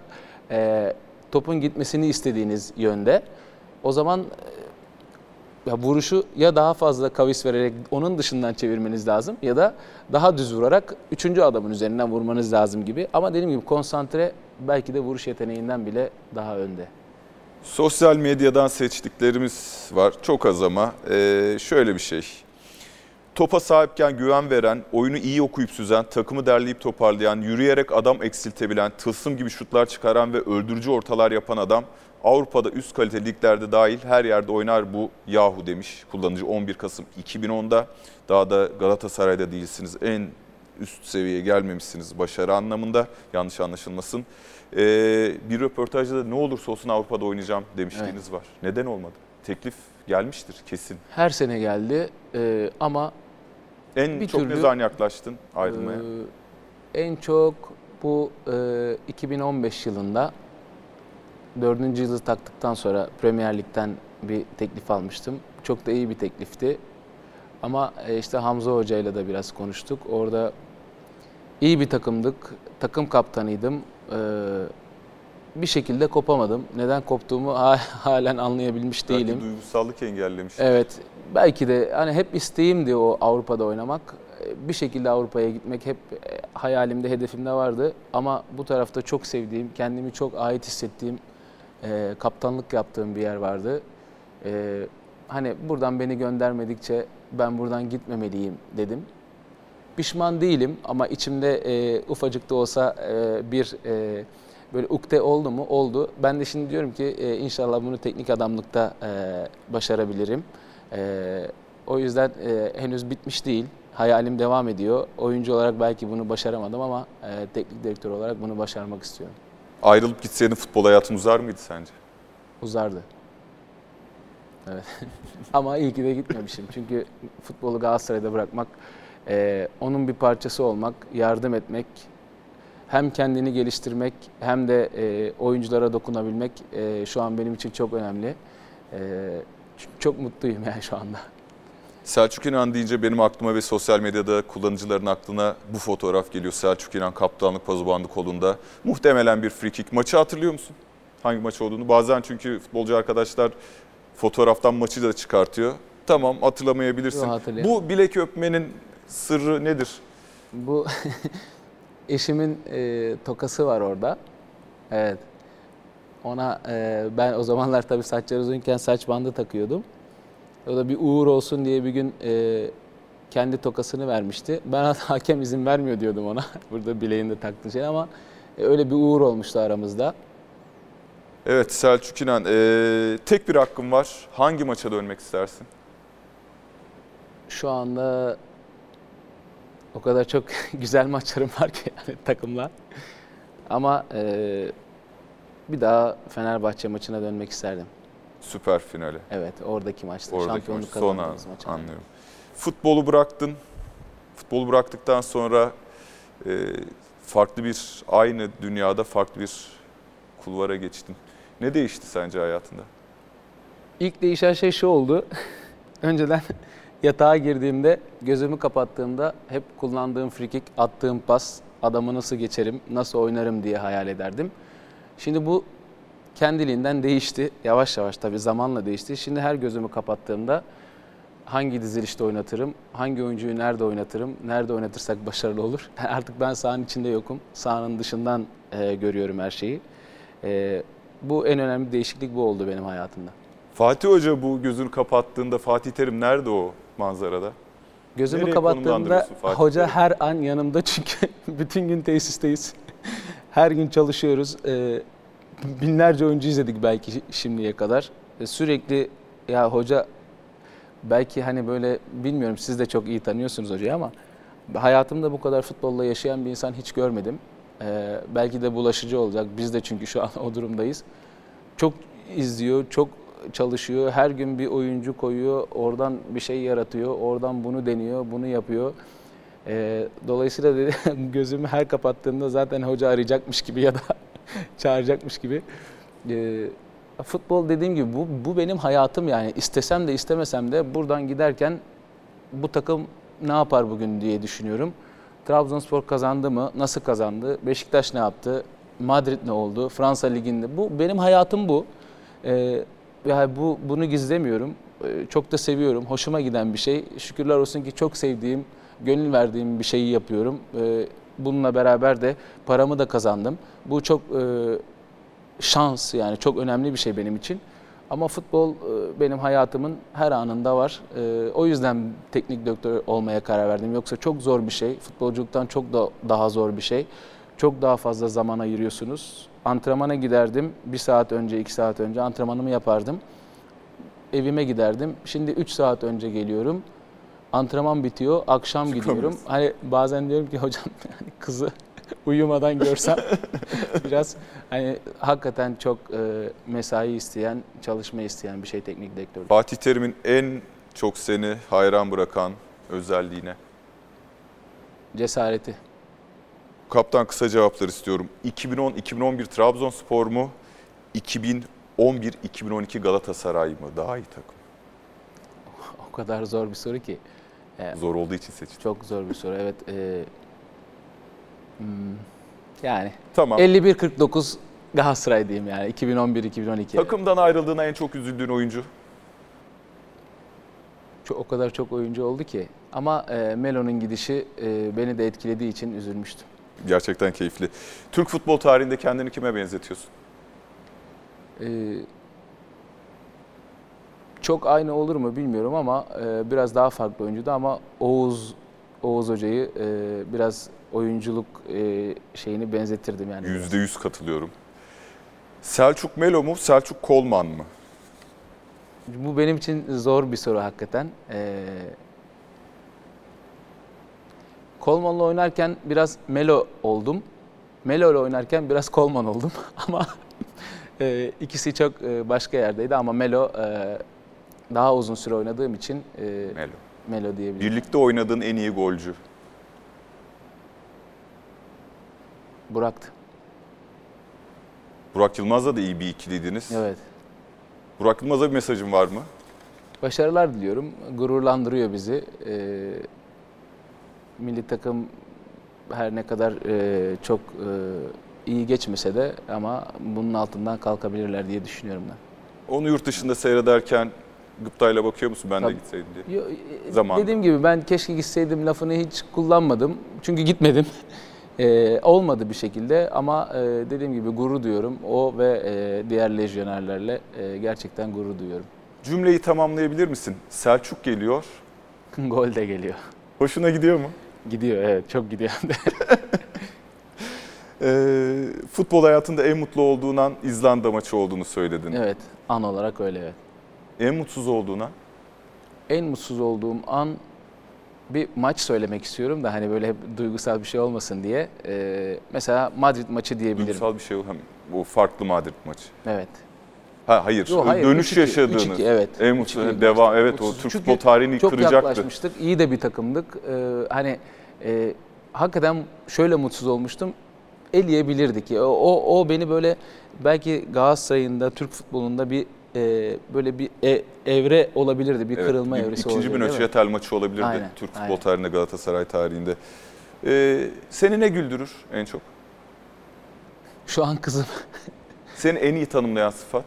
topun gitmesini istediğiniz yönde. O zaman ya vuruşu ya daha fazla kavis vererek onun dışından çevirmeniz lazım ya da daha düz vurarak 3. adamın üzerinden vurmanız lazım gibi. Ama dediğim gibi konsantre belki de vuruş yeteneğinden bile daha önde. Sosyal medyadan seçtiklerimiz var. Çok az ama şöyle bir şey. Topa sahipken güven veren, oyunu iyi okuyup süzen, takımı derleyip toparlayan, yürüyerek adam eksiltebilen, tılsım gibi şutlar çıkaran ve öldürücü ortalar yapan adam Avrupa'da üst kalite liglerde dahil her yerde oynar bu yahu demiş kullanıcı 11 Kasım 2010'da. Daha da Galatasaray'da değilsiniz, en üst seviyeye gelmemişsiniz başarı anlamında, yanlış anlaşılmasın. Bir röportajda da ne olursa olsun Avrupa'da oynayacağım demişliğiniz var. Neden olmadı? Teklif gelmiştir kesin. Her sene geldi ama en çok ne zaman yaklaştın ayrılmaya? En çok bu 2015 yılında 4. yılı taktıktan sonra Premier Lig'den bir teklif almıştım. Çok da iyi bir teklifti. Ama işte Hamza Hoca ile de biraz konuştuk. Orada iyi bir takımdık. Takım kaptanıydım. Bir şekilde kopamadım. Neden koptuğumu halen anlayabilmiş değilim. Belki duygusallık engellemiş. Evet. Belki de hani hep isteğimdi o Avrupa'da oynamak. Bir şekilde Avrupa'ya gitmek hep hayalimde, hedefimde vardı. Ama bu tarafta çok sevdiğim, kendimi çok ait hissettiğim, kaptanlık yaptığım bir yer vardı. Hani buradan beni göndermedikçe ben buradan gitmemeliyim dedim. Pişman değilim ama içimde ufacık da olsa bir böyle ukde oldu mu? Oldu. Ben de şimdi diyorum ki inşallah bunu teknik adamlıkta başarabilirim. O yüzden henüz bitmiş değil. Hayalim devam ediyor. Oyuncu olarak belki bunu başaramadım ama teknik direktör olarak bunu başarmak istiyorum. Ayrılıp gitseydin futbol hayatın uzar mıydı sence? Uzardı. Evet. Ama iyi ki de gitmemişim. Çünkü futbolu Galatasaray'da bırakmak, onun bir parçası olmak, yardım etmek, hem kendini geliştirmek hem de oyunculara dokunabilmek şu an benim için çok önemli. Çok mutluyum yani şu anda. Selçuk İnan deyince benim aklıma ve sosyal medyada kullanıcıların aklına bu fotoğraf geliyor. Selçuk İnan kaptanlık pazubandı kolunda. Muhtemelen bir free kick. Maçı hatırlıyor musun? Hangi maç olduğunu? Bazen çünkü futbolcu arkadaşlar fotoğraftan maçı da çıkartıyor. Tamam, hatırlamayabilirsin. Yok, bu bilek öpmenin sırrı nedir? Bu eşimin tokası var orada. Evet. Ona ben o zamanlar tabii saçlar uzunken saç bandı takıyordum. O da bir uğur olsun diye bir gün kendi tokasını vermişti. Ben hakem izin vermiyor diyordum ona. Burada bileğinde taktığı şey ama öyle bir uğur olmuştu aramızda. Evet Selçuk İnan, tek bir hakkım var. Hangi maça dönmek istersin? Şu anda o kadar çok güzel maçlarım var ki yani takımla. Ama bir daha Fenerbahçe maçına dönmek isterdim. Süper finali. Evet, oradaki maçta. Oradaki Şampiyonluk maç. Sonra kazandığımız maç. anlıyorum. Futbolu bıraktın. Futbolu bıraktıktan sonra farklı bir, aynı dünyada farklı bir kulvara geçtin. Ne değişti sence hayatında? İlk değişen şey şu oldu. Önceden yatağa girdiğimde, gözümü kapattığımda hep kullandığım frikik, attığım pas, adamı nasıl geçerim, nasıl oynarım diye hayal ederdim. Şimdi bu kendiliğinden değişti. Yavaş yavaş tabii zamanla değişti. Şimdi her gözümü kapattığımda hangi dizilişte oynatırım, hangi oyuncuyu nerede oynatırım, nerede oynatırsak başarılı olur. Artık ben sahanın içinde yokum. Sahanın dışından görüyorum her şeyi. Bu en önemli değişiklik bu oldu benim hayatımda. Fatih Hoca bu gözünü kapattığında Fatih Terim nerede o manzarada? Gözümü Nereye kapattığımda konumlandırıyorsun Fatih hoca Terim? her an yanımda çünkü bütün gün tesisteyiz. Her gün çalışıyoruz. Binlerce oyuncu izledik belki şimdiye kadar. Sürekli ya hoca belki hani böyle bilmiyorum siz de çok iyi tanıyorsunuz hocayı ama hayatımda bu kadar futbolla yaşayan bir insan hiç görmedim. Belki de bulaşıcı olacak. Biz de çünkü şu an o durumdayız. Çok izliyor, çok çalışıyor. Her gün bir oyuncu koyuyor. Oradan bir şey yaratıyor. Oradan bunu deniyor, bunu yapıyor. Dolayısıyla gözümü her kapattığımda zaten hoca arayacakmış gibi ya da çağıracakmış gibi. Futbol dediğim gibi bu benim hayatım yani. İstesem de istemesem de buradan giderken bu takım ne yapar bugün diye düşünüyorum. Trabzonspor kazandı mı? Nasıl kazandı? Beşiktaş ne yaptı? Madrid ne oldu? Fransa Ligi'nde. Bu benim hayatım bu. Yani bunu gizlemiyorum. Çok da seviyorum. Hoşuma giden bir şey. Şükürler olsun ki çok sevdiğim, gönül verdiğim bir şeyi yapıyorum. Bununla beraber de paramı da kazandım. Bu çok şans yani çok önemli bir şey benim için. Ama futbol benim hayatımın her anında var. O yüzden teknik direktör olmaya karar verdim. Yoksa çok zor bir şey. Futbolculuktan çok daha zor bir şey. Çok daha fazla zaman ayırıyorsunuz. Antrenmana giderdim. 1 saat önce, 2 saat önce antrenmanımı yapardım. Evime giderdim. Şimdi 3 saat önce geliyorum. Antrenman bitiyor. Akşam gidiyorum. Hani bazen diyorum ki hocam yani kızı uyumadan görsem biraz hani hakikaten çok mesai isteyen, çalışma isteyen bir şey teknik direktör. Fatih Terim'in en çok seni hayran bırakan özelliğine? Cesareti. Kaptan kısa cevaplar istiyorum. 2010-2011 Trabzonspor mu? 2011-2012 Galatasaray mı? Daha iyi takım. O kadar zor bir soru ki. Zor olduğu için seçtim. Çok zor bir soru evet. Yani Tamam. 51-49 Galatasaray diyeyim yani 2011-2012. Takımdan ayrıldığına en çok üzüldüğün oyuncu? O kadar çok oyuncu oldu ki. Ama Melo'nun gidişi beni de etkilediği için üzülmüştüm. Gerçekten keyifli. Türk futbol tarihinde kendini kime benzetiyorsun? Çok aynı olur mu bilmiyorum ama biraz daha farklı oyuncuydu ama Oğuz Hoca'yı biraz oyunculuk şeyini benzetirdim yani. %100 katılıyorum. Selçuk Melo mu, Selçuk Kolman mı? Bu benim için zor bir soru hakikaten. Kolman'la oynarken biraz Melo oldum. Melo ile oynarken biraz Kolman oldum ama ikisi çok başka yerdeydi ama Melo daha uzun süre oynadığım için Melo diyebilirim. Birlikte oynadığın en iyi golcü? Burak'tı. Burak Yılmaz'la da iyi bir ikiliydiniz. Evet. Burak Yılmaz'a bir mesajın var mı? Başarılar diliyorum. Gururlandırıyor bizi. Milli takım her ne kadar çok iyi geçmese de ama bunun altından kalkabilirler diye düşünüyorum ben. Onu yurt dışında seyrederken gıptayla bakıyor musun ben Tabii. de gitseydim diye? Zamanında. Dediğim gibi ben keşke gitseydim lafını hiç kullanmadım. Çünkü gitmedim. Olmadı bir şekilde ama dediğim gibi gurur duyuyorum. O ve diğer lejyonerlerle gerçekten gurur duyuyorum. Cümleyi tamamlayabilir misin? Selçuk geliyor. Gol de geliyor. Hoşuna gidiyor mu? Gidiyor, evet, çok gidiyor. Futbol hayatında en mutlu olduğun an İzlanda maçı olduğunu söyledin. Evet, an olarak öyle, evet. En mutsuz olduğun an? En mutsuz olduğum an bir maç söylemek istiyorum da hani böyle hep duygusal bir şey olmasın diye. Mesela Madrid maçı diyebilirim. Duygusal bir şey yok. Bu farklı Madrid maçı. Evet. Hayır. Yo, hayır, Dönüş 3-2, yaşadığınız. 3-2, evet. En mutsuz 3-2 devam. maçtı. Evet, o Mutsuz. Türk Çünkü futbol tarihini çok kıracaktı. yaklaşmıştık. İyi de bir takımdık. Hakikaten şöyle mutsuz olmuştum. Eleyebilirdik. O beni böyle belki Galatasaray'ın da Türk futbolunda bir böyle bir evre olabilirdi. Bir kırılma evresi olabilirdi. İkinci bir Nöçetel maçı olabilirdi Aynen, Türk futbol aynen. tarihinde, Galatasaray tarihinde. Seni ne güldürür en çok? Şu an kızım. Seni en iyi tanımlayan sıfat?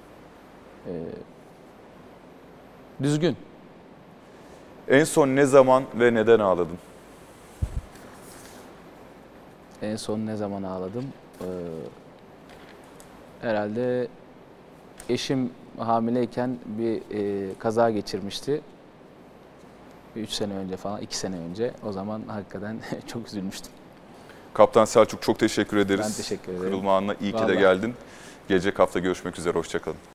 Düzgün. En son ne zaman ve neden ağladın? En son ne zaman ağladım? Herhalde eşim hamileyken bir kaza geçirmişti. 3 sene önce falan, 2 sene önce. O zaman hakikaten çok üzülmüştüm. Kaptan Selçuk, çok teşekkür ederiz. Ben teşekkür ederim. Kırılma anına iyi ki de Vallahi. geldin. Gelecek hafta görüşmek üzere, hoşça kalın.